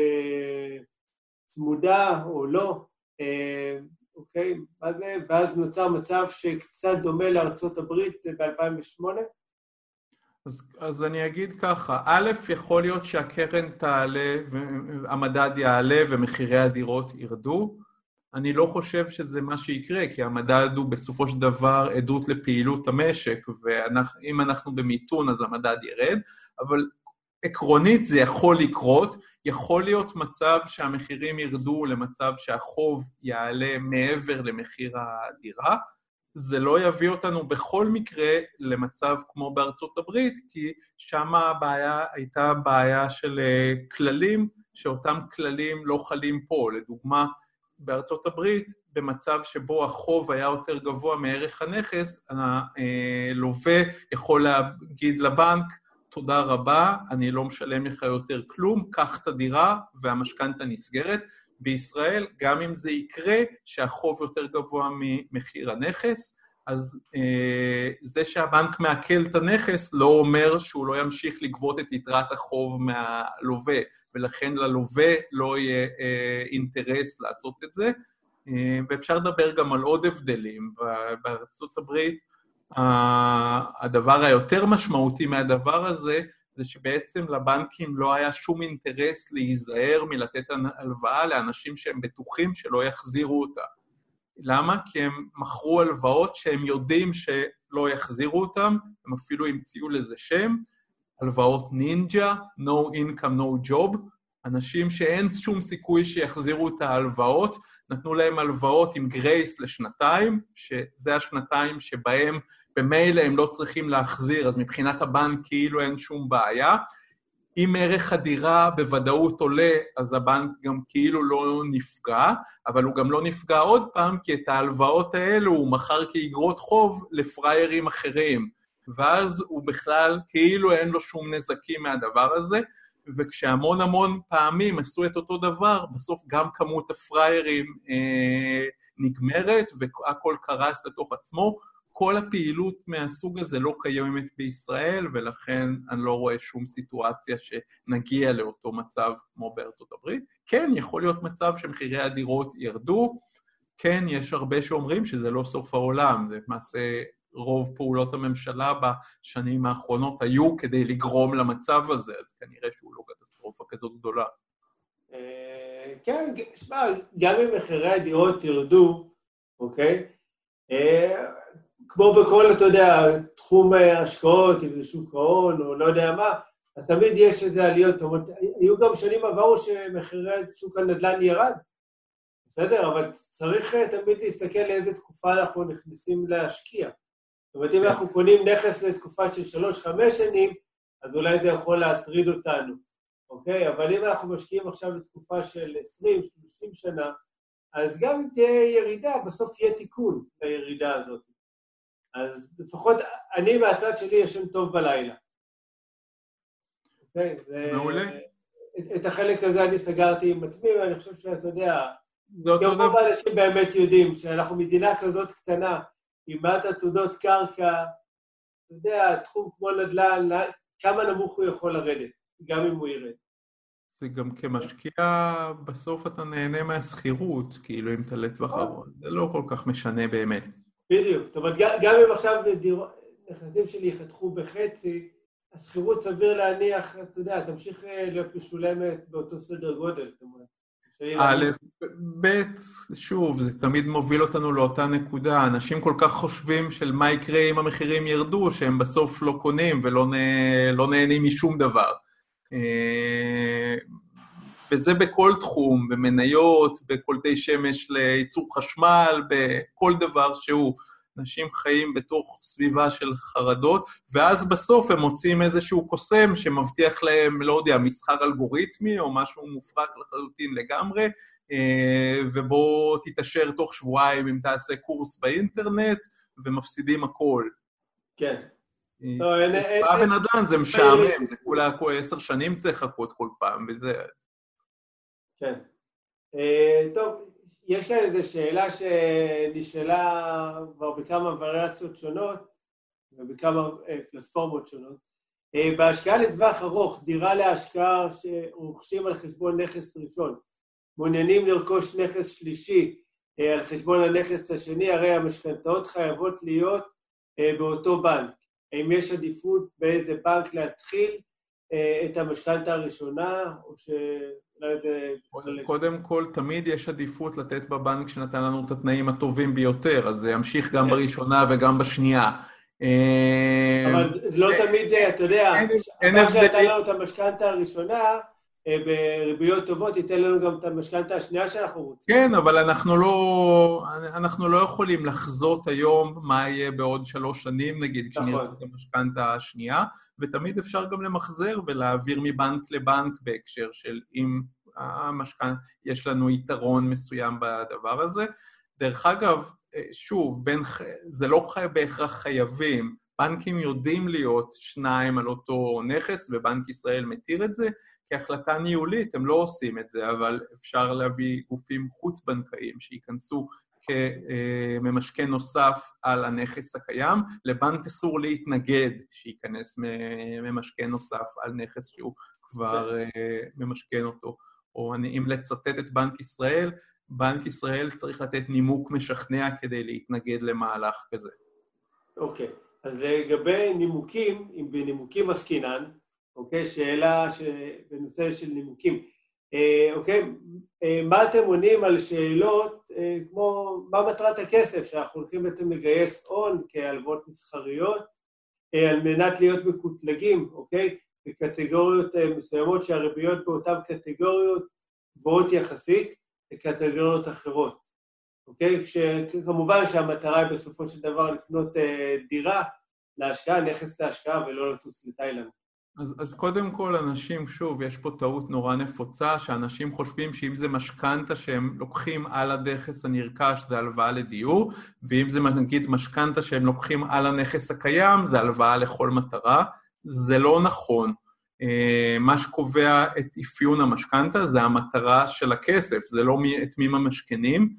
S1: צמודה או לא, אוקיי, ואז נוצר מצב שקצת דומה לארצות הברית ב-אלפיים ושמונה?
S2: אז, אז אני אגיד ככה, א', יכול להיות שהקרן תעלה, והמדד יעלה ומחירי הדירות ירדו. אני לא חושב שזה מה שיקרה, כי המדד הוא בסופו של דבר עדות לפעילות המשק, ואם אנחנו במיתון אז המדד ירד, אבל עקרונית זה יכול לקרות, יכול להיות מצב שהמחירים ירדו למצב שהחוב יעלה מעבר למחיר הדירה, זה לא יביא אותנו בכל מקרה למצב כמו בארצות הברית, כי שם הבעיה הייתה בעיה של כללים, שאותם כללים לא חלים פה. לדוגמה, בארצות הברית, במצב שבו החוב היה יותר גבוה מערך הנכס, הלווה יכול להגיד לבנק, תודה רבה, אני לא משלם לך יותר כלום, קח את הדירה והמשכנתה נסגרת. בישראל, גם אם זה יקרה, שהחוב יותר גבוה ממחיר הנכס, אז אה, זה שהבנק מעכל את הנכס לא אומר שהוא לא ימשיך לגבות את יתרת החוב מהלווה, ולכן ללווה לא יהיה אה, אינטרס לעשות את זה. אה, ואפשר לדבר גם על עוד הבדלים. בארצות הברית, הדבר היותר משמעותי מהדבר הזה, זה שבעצם לבנקים לא היה שום אינטרס להיזהר מלתת הלוואה לאנשים שהם בטוחים שלא יחזירו אותה. למה? כי הם מכרו הלוואות שהם יודעים שלא יחזירו אותם, הם אפילו המציאו לזה שם, הלוואות נינג'ה, no income, no job, אנשים שאין שום סיכוי שיחזירו את ההלוואות, נתנו להם הלוואות עם גרייס לשנתיים, שזה השנתיים שבהם במילא הם לא צריכים להחזיר, אז מבחינת הבנק כאילו אין שום בעיה. אם ערך הדירה בוודאות עולה, אז הבנק גם כאילו לא נפגע, אבל הוא גם לא נפגע עוד פעם, כי את ההלוואות האלו הוא מכר כאגרות חוב לפריירים אחרים, ואז הוא בכלל כאילו אין לו שום נזקים מהדבר הזה, וכשהמון המון פעמים עשו את אותו דבר, בסוף גם כמות הפריירים אה, נגמרת, והכל קרס לתוך עצמו. כל הפעילות מהסוג הזה לא קיימת בישראל, ולכן אני לא רואה שום סיטואציה שנגיע לאותו מצב כמו בארצות הברית. כן, יכול להיות מצב שמחירי הדירות ירדו, כן, יש הרבה שאומרים שזה לא סוף העולם, זה למעשה רוב פעולות הממשלה בשנים האחרונות היו כדי לגרום למצב הזה, אז כנראה שהוא לא קטסטרופה כזאת גדולה.
S1: כן, שמע, גם אם מחירי הדירות ירדו, אוקיי? כמו בכל, אתה יודע, תחום השקעות, אם זה שוק ההון או לא יודע מה, אז תמיד יש איזה עליות, זאת אומרת, היו גם שנים עברו שמחירי שוק הנדל"ן ירד, בסדר? אבל צריך תמיד להסתכל לאיזה תקופה אנחנו נכנסים להשקיע. זאת אומרת, אם אנחנו קונים נכס לתקופה של שלוש, חמש שנים, אז אולי זה יכול להטריד אותנו, אוקיי? אבל אם אנחנו משקיעים עכשיו לתקופה של עשרים, שלושים שנה, אז גם אם תהיה ירידה, בסוף יהיה תיקון לירידה הזאת. אז לפחות אני מהצד שלי ישן טוב בלילה. אוקיי?
S2: מעולה.
S1: את, את החלק הזה אני סגרתי עם עצמי, ואני חושב שאתה יודע, גם רוב האנשים באמת יודעים שאנחנו מדינה כזאת קטנה, עם מעט עתודות קרקע, אתה יודע, תחום כמו נדל"ן, כמה נמוך הוא יכול לרדת, גם אם הוא ירד.
S2: זה גם כמשקיע, בסוף אתה נהנה מהסחירות, כאילו אם אתה לטווח ארוך, זה לא כל כך משנה באמת.
S1: בדיוק, זאת אומרת, גם אם עכשיו נכנסים שלי יחתכו בחצי, הסחירות סביר להניח, אתה יודע, תמשיך להיות משולמת באותו סדר גודל, זאת אומרת.
S2: א', ב', שוב, זה תמיד מוביל אותנו לאותה נקודה. אנשים כל כך חושבים של מה יקרה אם המחירים ירדו, שהם בסוף לא קונים ולא לא נהנים משום דבר. וזה בכל תחום, במניות, בקולטי שמש לייצור חשמל, בכל דבר שהוא. אנשים חיים בתוך סביבה של חרדות, ואז בסוף הם מוצאים איזשהו קוסם שמבטיח להם, לא יודע, מסחר אלגוריתמי או משהו מופרק לחלוטין לגמרי, ובו תתאשר תוך שבועיים אם תעשה קורס באינטרנט, ומפסידים הכל.
S1: כן.
S2: בן אדם זה משעמם, זה כולה עשר שנים צריך לחכות כל פעם, וזה...
S1: כן. טוב, יש כאן איזו שאלה שנשאלה כבר בכמה וריאציות שונות, ובכמה פלטפורמות שונות. בהשקעה לטווח ארוך, דירה להשקעה שרוכשים על חשבון נכס ראשון, מעוניינים לרכוש נכס שלישי על חשבון הנכס השני, הרי המשכנתאות חייבות להיות באותו בנק. האם יש עדיפות באיזה בנק להתחיל את המשכנתה הראשונה, או ש...
S2: קודם כל, תמיד יש עדיפות לתת בבנק שנתן לנו את התנאים הטובים ביותר, אז זה ימשיך גם בראשונה וגם בשנייה.
S1: אבל זה לא תמיד, אתה יודע, הבנק שנתן לנו את המשכנתה הראשונה, בריביות טובות, ייתן לנו גם את המשכנתה השנייה שאנחנו רוצים.
S2: כן, אבל אנחנו לא, אנחנו לא יכולים לחזות היום מה יהיה בעוד שלוש שנים, נגיד, כשנרצה את המשכנתה השנייה, ותמיד אפשר גם למחזר ולהעביר מבנק לבנק בהקשר של אם המשכנתה, יש לנו יתרון מסוים בדבר הזה. דרך אגב, שוב, בין, זה לא בהכרח חייבים, בנקים יודעים להיות שניים על אותו נכס, ובנק ישראל מתיר את זה, כהחלטה ניהולית הם לא עושים את זה, אבל אפשר להביא גופים חוץ-בנקאיים שיכנסו כממשכן נוסף על הנכס הקיים. לבנק אסור להתנגד שייכנס ממשכן נוסף על נכס שהוא כבר ממשכן אותו. או אם לצטט את בנק ישראל, בנק ישראל צריך לתת נימוק משכנע כדי להתנגד למהלך כזה.
S1: אוקיי, אז לגבי נימוקים, אם בנימוקים עסקינן, אוקיי, שאלה בנושא של נימוקים. אוקיי, מה אתם עונים על שאלות כמו מה מטרת הכסף שאנחנו הולכים בעצם לגייס הון כהלוואות מסחריות על מנת להיות מקוטלגים, אוקיי, בקטגוריות מסוימות שהריביות באותן קטגוריות גבוהות יחסית לקטגוריות אחרות. אוקיי, כמובן שהמטרה היא בסופו של דבר לקנות דירה להשקעה, נכס להשקעה ולא לטוס לתאילנד.
S2: אז, אז קודם כל אנשים, שוב, יש פה טעות נורא נפוצה, שאנשים חושבים שאם זה משכנתה שהם לוקחים על הנכס הנרכש, זה הלוואה לדיור, ואם זה נגיד משכנתה שהם לוקחים על הנכס הקיים, זה הלוואה לכל מטרה. זה לא נכון. מה שקובע את אפיון המשכנתה זה המטרה של הכסף, זה לא את מי ממשכנים,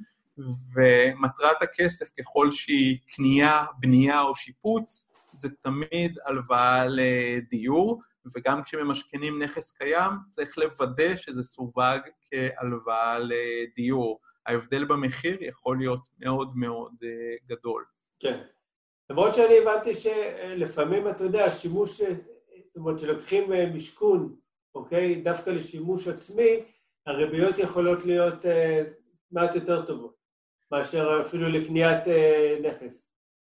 S2: ומטרת הכסף ככל שהיא קנייה, בנייה או שיפוץ, זה תמיד הלוואה לדיור, וגם כשממשכנים נכס קיים, צריך לוודא שזה סווג כהלוואה לדיור. ההבדל במחיר יכול להיות מאוד מאוד גדול.
S1: כן. למרות שאני הבנתי שלפעמים, אתה יודע, שימוש, זאת אומרת, שלוקחים משכון, אוקיי, דווקא לשימוש עצמי, הריביות יכולות להיות מעט יותר טובות, מאשר אפילו לקניית נכס.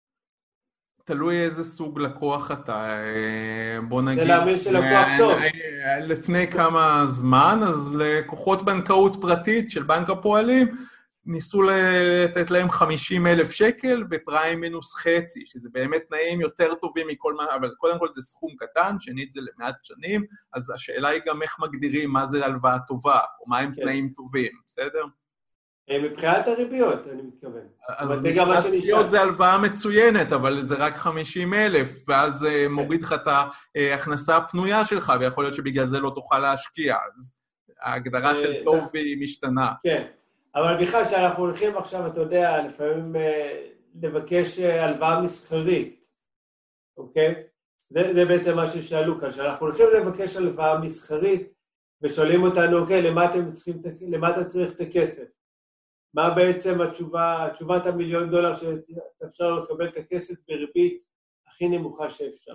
S2: תלוי איזה סוג לקוח אתה, בוא נגיד...
S1: זה להאמין שלקוח טוב.
S2: לפני כמה זמן, אז לקוחות בנקאות פרטית של בנק הפועלים, ניסו לתת להם חמישים אלף שקל בפריים מינוס חצי, שזה באמת תנאים יותר טובים מכל מה, אבל קודם כל זה סכום קטן, שנית זה למעט שנים, אז השאלה היא גם איך מגדירים מה זה הלוואה טובה, או מה הם כן. תנאים טובים, בסדר?
S1: מבחינת הריביות, אני מתכוון.
S2: אז מבחינת הריביות זה הלוואה מצוינת, אבל זה רק חמישים אלף, ואז מוריד לך את ההכנסה הפנויה שלך, ויכול להיות שבגלל זה לא תוכל להשקיע. אז ההגדרה של טוב היא משתנה.
S1: כן, אבל בכלל שאנחנו הולכים עכשיו, אתה יודע, לפעמים לבקש הלוואה מסחרית, אוקיי? זה, זה בעצם מה ששאלו כאן, שאנחנו הולכים לבקש הלוואה מסחרית, ושואלים אותנו, אוקיי, למה אתם צריכים, למה אתה צריך את הכסף? מה בעצם התשובה, תשובת המיליון דולר שאפשר לקבל את הכסף בריבית הכי נמוכה שאפשר?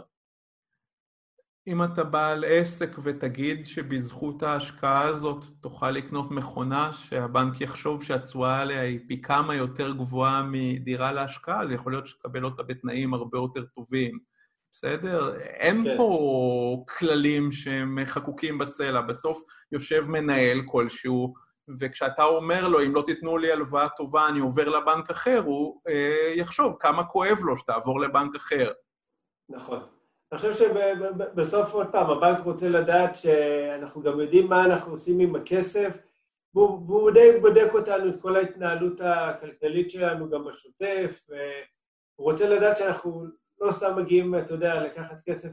S2: אם אתה בעל עסק ותגיד שבזכות ההשקעה הזאת תוכל לקנות מכונה שהבנק יחשוב שהתשואה עליה היא פי כמה יותר גבוהה מדירה להשקעה, אז יכול להיות שתקבל אותה בתנאים הרבה יותר טובים. בסדר? אין כן. פה כללים שהם חקוקים בסלע. בסוף יושב מנהל כלשהו, וכשאתה אומר לו, אם לא תיתנו לי הלוואה טובה, אני עובר לבנק אחר, הוא אה, יחשוב כמה כואב לו שתעבור לבנק אחר.
S1: נכון. אני חושב שבסוף עוד פעם, הבנק רוצה לדעת שאנחנו גם יודעים מה אנחנו עושים עם הכסף, והוא די בודק אותנו, את כל ההתנהלות הכלכלית שלנו, גם בשוטף, והוא רוצה לדעת שאנחנו לא סתם מגיעים, אתה יודע, לקחת כסף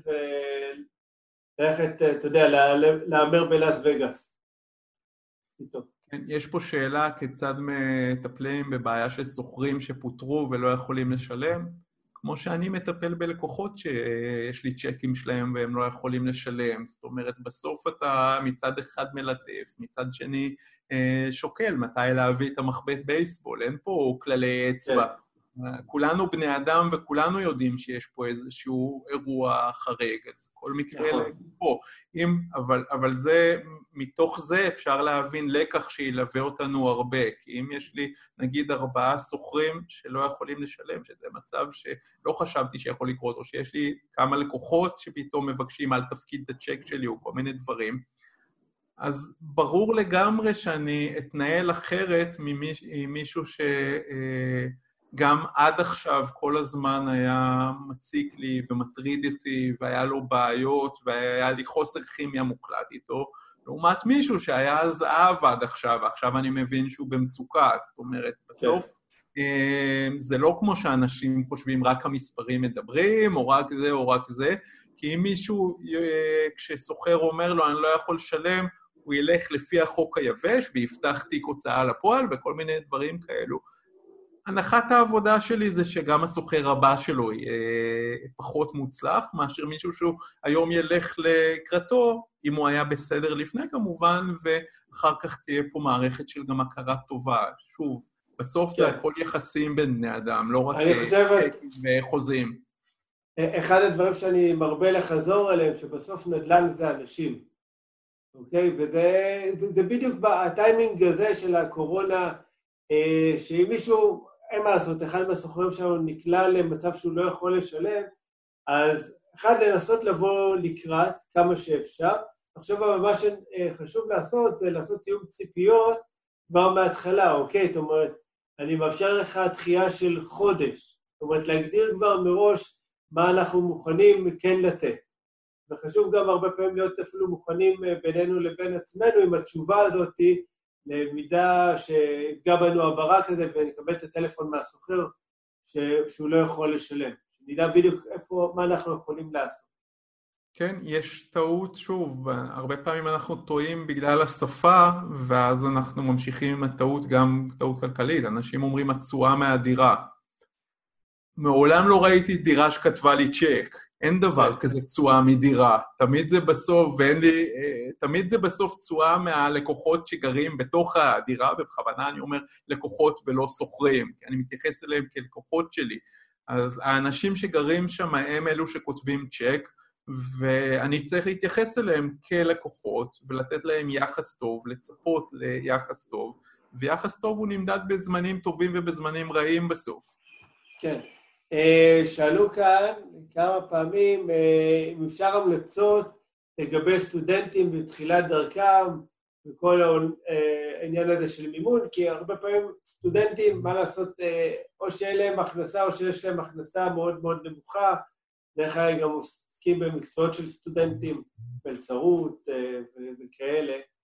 S1: וללכת, אתה יודע, להאמר בלאס וגאס.
S2: כן, יש פה שאלה כיצד מטפלים בבעיה של סוחרים שפוטרו ולא יכולים לשלם. כמו שאני מטפל בלקוחות שיש לי צ'קים שלהם והם לא יכולים לשלם. זאת אומרת, בסוף אתה מצד אחד מלטף, מצד שני שוקל מתי להביא את המחבט בייסבול. אין פה כללי אצבע. כולנו בני אדם וכולנו יודעים שיש פה איזשהו אירוע חריג, אז כל מקרה פה. אם, אבל, אבל זה, מתוך זה אפשר להבין לקח שילווה אותנו הרבה, כי אם יש לי נגיד ארבעה סוחרים שלא יכולים לשלם, שזה מצב שלא חשבתי שיכול לקרות, או שיש לי כמה לקוחות שפתאום מבקשים על תפקיד את הצ'ק שלי או כל מיני דברים, אז ברור לגמרי שאני אתנהל אחרת ממישהו ש... גם עד עכשיו כל הזמן היה מציק לי ומטריד אותי, והיה לו בעיות, והיה לי חוסר כימיה מוחלט איתו, לעומת מישהו שהיה זהב עד עכשיו, ועכשיו אני מבין שהוא במצוקה. זאת אומרת, בסוף זה לא כמו שאנשים חושבים, רק המספרים מדברים, או רק זה או רק זה, כי אם מישהו, כשסוחר אומר לו, אני לא יכול לשלם, הוא ילך לפי החוק היבש, ויפתח תיק הוצאה לפועל, וכל מיני דברים כאלו. הנחת העבודה שלי זה שגם הסוחר הבא שלו יהיה פחות מוצלח, מאשר מישהו שהוא היום ילך לקראתו, אם הוא היה בסדר לפני כמובן, ואחר כך תהיה פה מערכת של גם הכרה טובה. שוב, בסוף כן. זה הכל יחסים בין בני אדם, לא רק חושבת... חוזים.
S1: אחד הדברים שאני מרבה לחזור עליהם, שבסוף נדל"ן זה אנשים. אוקיי? וזה זה, זה בדיוק בטיימינג הזה של הקורונה, שאם מישהו, אין מה לעשות, אחד מהסוחרים שלנו נקלע למצב שהוא לא יכול לשלם, אז אחד לנסות לבוא לקראת כמה שאפשר. עכשיו מה שחשוב לעשות זה לעשות תיאום ציפיות כבר מההתחלה, אוקיי? זאת אומרת, אני מאפשר לך דחייה של חודש, זאת אומרת להגדיר כבר מראש מה אנחנו מוכנים כן לתת. וחשוב גם הרבה פעמים להיות אפילו מוכנים בינינו לבין עצמנו עם התשובה הזאת, למידה שיפגע בנו הברה כזה, ונקבל את הטלפון מהסוחר שהוא לא יכול לשלם. נדע בדיוק איפה, מה אנחנו יכולים לעשות.
S2: כן, יש טעות, שוב, הרבה פעמים אנחנו טועים בגלל השפה, ואז אנחנו ממשיכים עם הטעות, גם טעות כלכלית. אנשים אומרים, התשואה מהדירה. מעולם לא ראיתי דירה שכתבה לי צ'ק. אין דבר כזה תשואה מדירה, תמיד זה בסוף, ואין לי, תמיד זה בסוף תשואה מהלקוחות שגרים בתוך הדירה, ובכוונה אני אומר לקוחות ולא סוחרים, כי אני מתייחס אליהם כלקוחות שלי. אז האנשים שגרים שם הם אלו שכותבים צ'ק, ואני צריך להתייחס אליהם כלקוחות, ולתת להם יחס טוב, לצפות ליחס טוב, ויחס טוב הוא נמדד בזמנים טובים ובזמנים רעים בסוף.
S1: כן. שאלו כאן כמה פעמים אם אפשר המלצות לגבי סטודנטים בתחילת דרכם וכל העניין הזה של מימון, כי הרבה פעמים סטודנטים, מה לעשות, או שאין להם הכנסה או שיש להם הכנסה מאוד מאוד נמוכה, דרך כלל גם עוסקים במקצועות של סטודנטים, מלצרות וכאלה.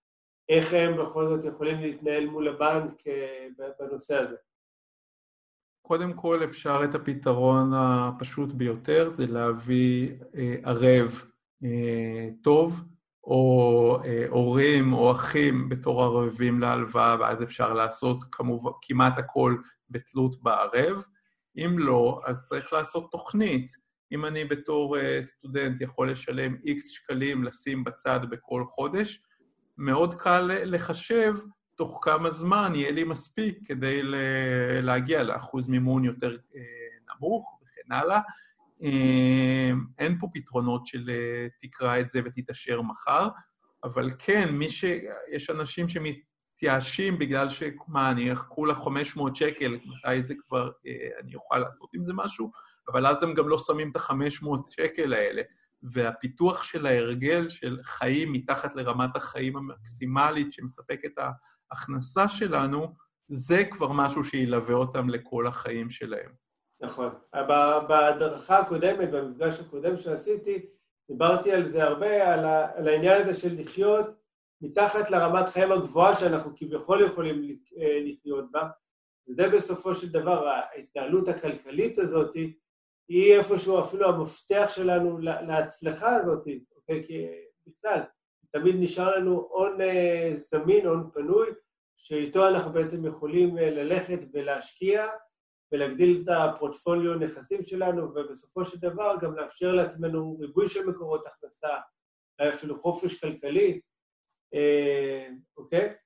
S1: איך הם בכל זאת יכולים להתנהל מול הבנק בנושא הזה?
S2: קודם כל אפשר את הפתרון הפשוט ביותר, זה להביא ערב טוב, או הורים או אחים בתור ערבים להלוואה, ואז אפשר לעשות כמובן כמעט הכל בתלות בערב. אם לא, אז צריך לעשות תוכנית. אם אני בתור סטודנט יכול לשלם איקס שקלים, לשים בצד בכל חודש, מאוד קל לחשב תוך כמה זמן יהיה לי מספיק כדי להגיע לאחוז מימון יותר נמוך וכן הלאה. אין פה פתרונות של תקרא את זה ותתאשר מחר, אבל כן, מי ש... יש אנשים שמתייאשים בגלל שמה, אני אקחו לה חמש מאות שקל, מתי זה כבר, אני אוכל לעשות עם זה משהו, אבל אז הם גם לא שמים את ה-חמש מאות שקל האלה, והפיתוח של ההרגל של חיים מתחת לרמת החיים המקסימלית שמספק את ההכנסה שלנו, זה כבר משהו שילווה אותם לכל החיים שלהם.
S1: נכון. בהדרכה הקודמת, במפגש הקודם שעשיתי, דיברתי על זה הרבה, על, ה, על העניין הזה של לחיות מתחת לרמת חיים הגבוהה שאנחנו כביכול יכולים לחיות בה, וזה בסופו של דבר, ההתנהלות הכלכלית הזאת, היא איפשהו אפילו המפתח שלנו להצלחה הזאת, אוקיי? כי בכלל, תמיד נשאר לנו הון זמין, הון פנוי, שאיתו אנחנו בעצם יכולים ללכת ולהשקיע, ולהגדיל את הפורטפוליו נכסים שלנו, ובסופו של דבר גם לאפשר לעצמנו ריבוי של מקורות הכנסה, אפילו חופש כלכלי, אוקיי?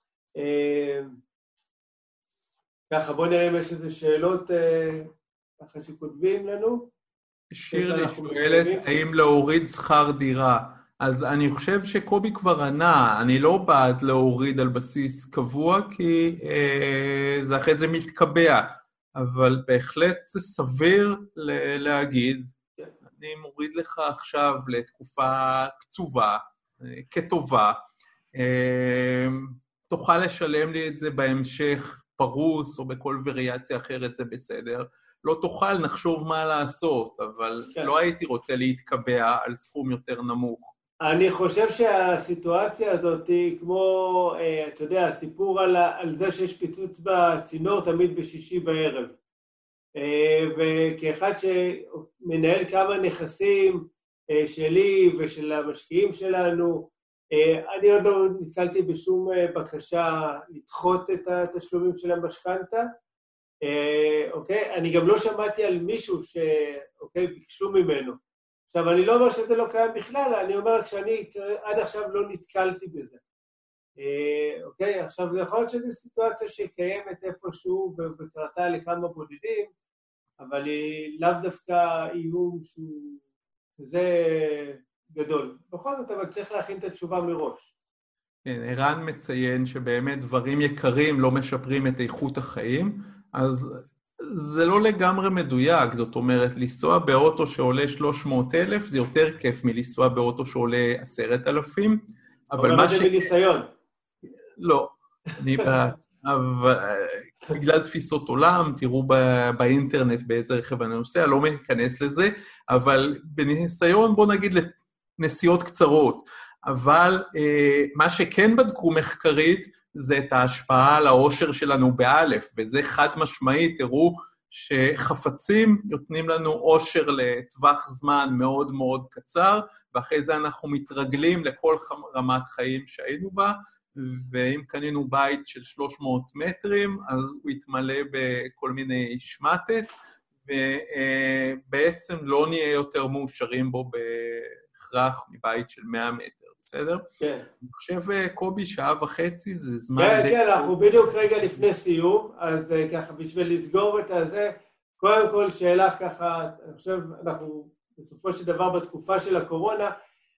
S1: ככה, בואו נראה אם יש איזה שאלות ככה שכותבים לנו.
S2: שירלי שואלת, האם להוריד שכר דירה? אז אני חושב שקובי כבר ענה, אני לא בעד להוריד על בסיס קבוע, כי אה, זה אחרי זה מתקבע. אבל בהחלט זה סביר להגיד, אני מוריד לך עכשיו לתקופה קצובה, כטובה, תוכל לשלם לי את זה בהמשך פרוס או בכל וריאציה אחרת, זה בסדר. לא תוכל, נחשוב מה לעשות, אבל כן. לא הייתי רוצה להתקבע על סכום יותר נמוך.
S1: אני חושב שהסיטואציה הזאת היא כמו, אתה יודע, הסיפור על, על זה שיש פיצוץ בצינור תמיד בשישי בערב. וכאחד שמנהל כמה נכסים שלי ושל המשקיעים שלנו, אני עוד לא נתקלתי בשום בקשה לדחות את התשלומים של המשכנתה. אוקיי? אני גם לא שמעתי על מישהו שאוקיי, ביקשו ממנו. עכשיו, אני לא אומר שזה לא קיים בכלל, אני אומר שאני עד עכשיו לא נתקלתי בזה. אוקיי? עכשיו, זה יכול להיות שזו סיטואציה שקיימת איפשהו וקרתה לכמה בודדים, אבל היא לאו דווקא איום שהוא כזה גדול. בכל זאת, אבל צריך להכין את התשובה מראש.
S2: כן, ערן מציין שבאמת דברים יקרים לא משפרים את איכות החיים, אז זה לא לגמרי מדויק, זאת אומרת, לנסוע באוטו שעולה שלוש מאות אלף, זה יותר כיף מלנסוע באוטו שעולה עשרת אלפים, אבל מה ש...
S1: זה מניסיון.
S2: לא, אני בעד, אבל בגלל תפיסות עולם, תראו באינטרנט באיזה רכב אני נוסע, לא מכנס לזה, אבל בניסיון בוא נגיד לנסיעות קצרות, אבל מה שכן בדקו מחקרית, זה את ההשפעה על העושר שלנו באלף, וזה חד משמעית, תראו שחפצים נותנים לנו עושר לטווח זמן מאוד מאוד קצר, ואחרי זה אנחנו מתרגלים לכל רמת חיים שהיינו בה, ואם קנינו בית של שלוש מאות מטרים, אז הוא יתמלא בכל מיני שמטס, ובעצם לא נהיה יותר מאושרים בו בהכרח מבית של מאה מטר. בסדר?
S1: כן.
S2: אני חושב, קובי, שעה וחצי זה זמן...
S1: כן, כן, אנחנו בדיוק רגע לפני סיום, אז ככה, בשביל לסגור את הזה, קודם כל שאלה ככה, אני חושב, אנחנו בסופו של דבר בתקופה של הקורונה,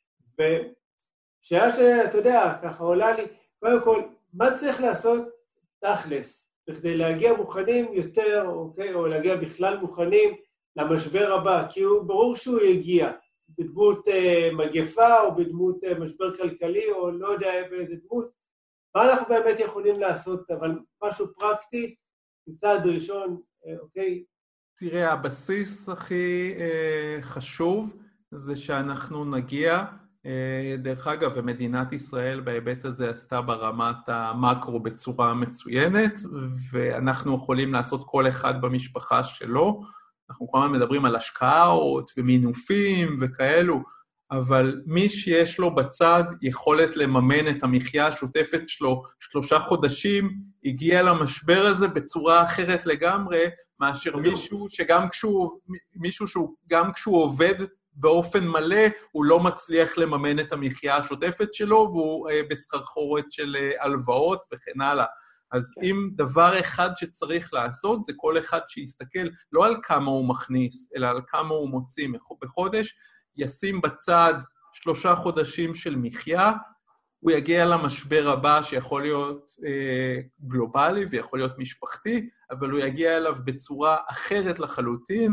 S1: ושאלה שאתה יודע, ככה עולה לי, קודם כל, מה צריך לעשות תכלס, בכדי להגיע מוכנים יותר, אוקיי, או להגיע בכלל מוכנים למשבר הבא, כי הוא ברור שהוא יגיע. בדמות אה, מגפה או בדמות אה, משבר כלכלי או לא יודע באיזה דמות, מה אנחנו באמת יכולים לעשות, אבל משהו פרקטי, צעד ראשון, אה, אוקיי?
S2: תראה, הבסיס הכי אה, חשוב זה שאנחנו נגיע דרך אגב, ומדינת ישראל בהיבט הזה עשתה ברמת המקרו בצורה מצוינת, ואנחנו יכולים לעשות כל אחד במשפחה שלו. אנחנו כל הזמן מדברים על השקעות ומינופים וכאלו, אבל מי שיש לו בצד יכולת לממן את המחיה השוטפת שלו שלושה חודשים, הגיע למשבר הזה בצורה אחרת לגמרי, מאשר מישהו שגם כשהוא, מישהו שהוא גם כשהוא עובד באופן מלא, הוא לא מצליח לממן את המחיה השוטפת שלו, והוא בסחרחורת של הלוואות וכן הלאה. אז אם דבר אחד שצריך לעשות, זה כל אחד שיסתכל לא על כמה הוא מכניס, אלא על כמה הוא מוציא בחודש, ישים בצד שלושה חודשים של מחיה, הוא יגיע למשבר הבא שיכול להיות אה, גלובלי ויכול להיות משפחתי, אבל הוא יגיע אליו בצורה אחרת לחלוטין.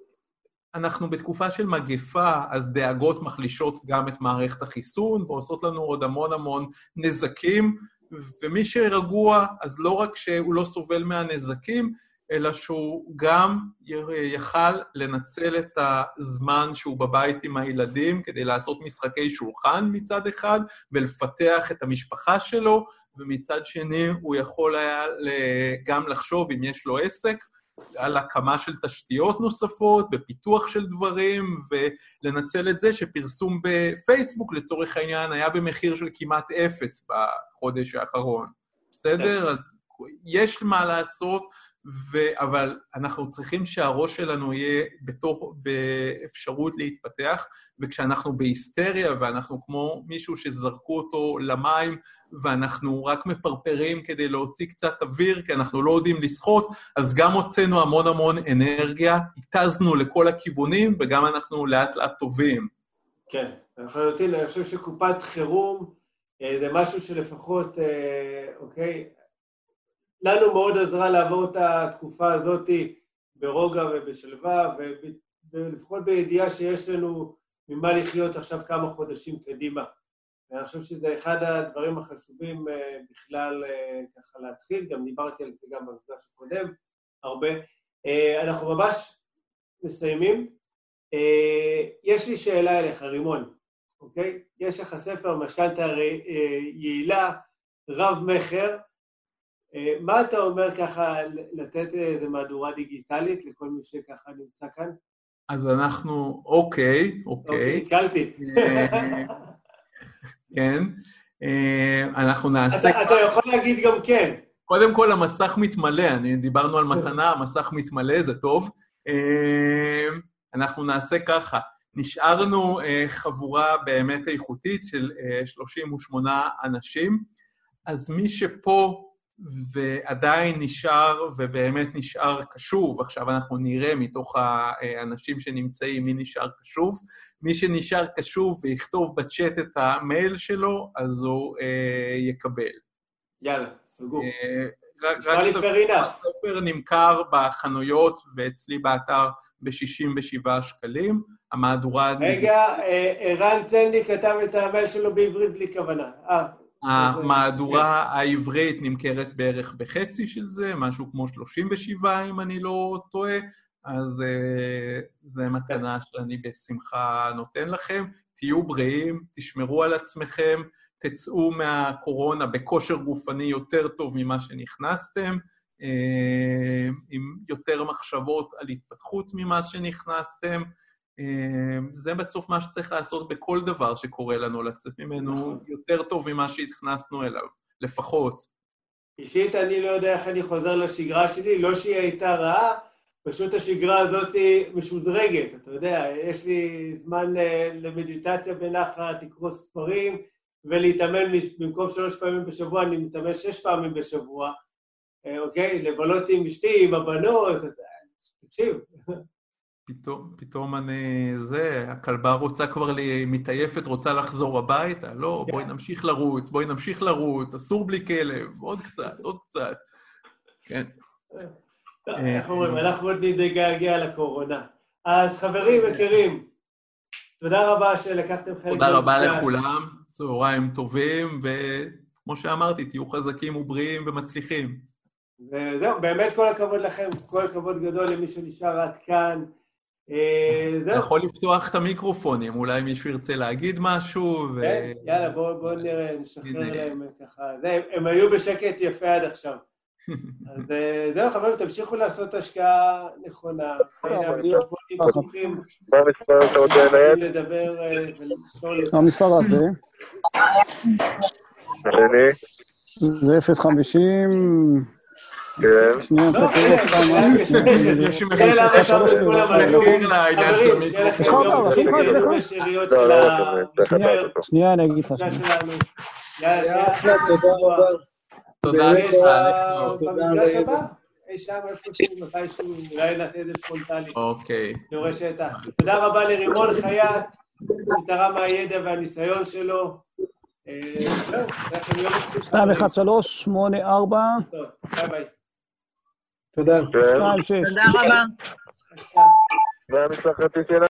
S2: אנחנו בתקופה של מגפה, אז דאגות מחלישות גם את מערכת החיסון, ועושות לנו עוד המון המון נזקים, ומי שרגוע, אז לא רק שהוא לא סובל מהנזקים, אלא שהוא גם יכל לנצל את הזמן שהוא בבית עם הילדים, כדי לעשות משחקי שולחן מצד אחד, ולפתח את המשפחה שלו, ומצד שני הוא יכול היה גם לחשוב, אם יש לו עסק, על הקמה של תשתיות נוספות, ופיתוח של דברים, ולנצל את זה שפרסום בפייסבוק, לצורך העניין, היה במחיר של כמעט אפס בחודש האחרון. בסדר? אז יש מה לעשות, ו... אבל אנחנו צריכים שהראש שלנו יהיה בתוך, באפשרות להתפתח, וכשאנחנו בהיסטריה, ואנחנו כמו מישהו שזרקו אותו למים, ואנחנו רק מפרפרים כדי להוציא קצת אוויר, כי אנחנו לא יודעים לשחות, אז גם הוצאנו המון המון אנרגיה, התזנו לכל הכיוונים, וגם אנחנו לאט לאט טובים.
S1: כן, לחלוטין, אני חושב שקופת חירום, זה משהו שלפחות, אוקיי, לנו מאוד עזרה לעבור את התקופה הזאת ברוגע ובשלווה, ולפחות בידיעה שיש לנו ממה לחיות עכשיו כמה חודשים קדימה. ואני חושב שזה אחד הדברים החשובים בכלל ככה להתחיל, גם דיברתי על זה גם במפגש הקודם הרבה. אנחנו ממש מסיימים. יש לי שאלה אליך, רימון, אוקיי? יש לך ספר משכנתא יעילה, רב מחר, מה אתה אומר ככה לתת איזו מהדורה דיגיטלית לכל מי שככה נמצא כאן?
S2: אז אנחנו, אוקיי, אוקיי.
S1: התקלתי.
S2: כן. אנחנו נעשה...
S1: אתה יכול להגיד גם כן.
S2: קודם כל, המסך מתמלא. אני דיברנו על מתנה, המסך מתמלא, זה טוב. אנחנו נעשה ככה. נשארנו חבורה באמת איכותית של שלושים ושמונה אנשים. אז מי שפה ועדיין נשאר, ובאמת נשאר קשוב, עכשיו אנחנו נראה מתוך האנשים שנמצאים מי נשאר קשוב, מי שנשאר קשוב ויכתוב בצ'אט את המייל שלו, אז הוא אה, יקבל.
S1: יאללה, סגור. אה,
S2: רק הספר נמכר בחנויות ואצלי באתר ב-שישים ושבעה שקלים, המהדורה...
S1: רגע, ערן צנדי כתב את המייל שלו בעברית בלי כוונה. אה,
S2: המהדורה העברית נמכרת בערך בחצי של זה, משהו כמו שלושים ושבע אם אני לא טועה, אז זה מתנה שאני בשמחה נותן לכם. תהיו בריאים, תשמרו על עצמכם, תצאו מהקורונה בכושר גופני יותר טוב ממה שנכנסתם, עם יותר מחשבות על התפתחות ממה שנכנסתם, זה בסוף מה שצריך לעשות בכל דבר שקורה לנו, לצאת ממנו יותר טוב ממה שהתכנסנו אליו, לפחות.
S1: אישית אני לא יודע איך אני חוזר לשגרה שלי, לא שהיא הייתה רעה, פשוט השגרה הזאת משודרגת, אתה יודע, יש לי זמן למדיטציה בנחת, לקרוא ספרים, ולהתאמן במקום שלוש פעמים בשבוע, אני מתאמן שש פעמים בשבוע, אוקיי? לבלות עם אשתי, עם הבנות, תקשיב.
S2: פתאום, פתאום אני, זה, הכלבה רוצה כבר לי, מתעייפת, רוצה לחזור הביתה, לא, בואי נמשיך לרוץ, בואי נמשיך לרוץ, אסור בלי כלב, עוד קצת, עוד קצת. כן.
S1: איך אומרים, אנחנו עוד נתגעגע לקורונה. אז חברים יקרים, תודה רבה שלקחתם חלק.
S2: תודה רבה לכולם, צהריים טובים, וכמו שאמרתי, תהיו חזקים ובריאים ומצליחים.
S1: וזהו, באמת כל הכבוד לכם, כל הכבוד גדול למי שנשאר עד כאן.
S2: אתה יכול לפתוח את המיקרופונים, אולי מישהו ירצה להגיד משהו.
S1: כן, יאללה, בואו נראה, נשחרר להם ככה. הם היו בשקט יפה עד עכשיו. אז זהו, חברים, תמשיכו לעשות השקעה נכונה.
S3: מה המספר אתה רוצה לנייד?
S1: לדבר ולשאול.
S4: המספר הזה.
S3: השני?
S4: זה אפס חמישים.
S3: כן.
S4: שנייה,
S1: לא, כן, למה שם את כולם עלו. חברים, שיהיה לכם יום טוב, תהנו מהשאריות של ה...
S4: שנייה, אני אגיד לך.
S1: יאללה, שיהיה
S2: תודה לך.
S1: במפגש הבא, אי שם איפשהו, מתישהו, אולי נעשה את זה פרונטלי.
S2: אוקיי.
S1: נראה שטח. תודה רבה לרימון חייט, שתרם מהידע והניסיון שלו. זהו, לכם יום מקסים.
S4: שתיים אחת שלוש שמונה ארבע.
S1: טוב, ביי ביי.
S5: תודה.
S4: שתיים שש.
S6: תודה רבה.
S3: מה המספר חצי שלה?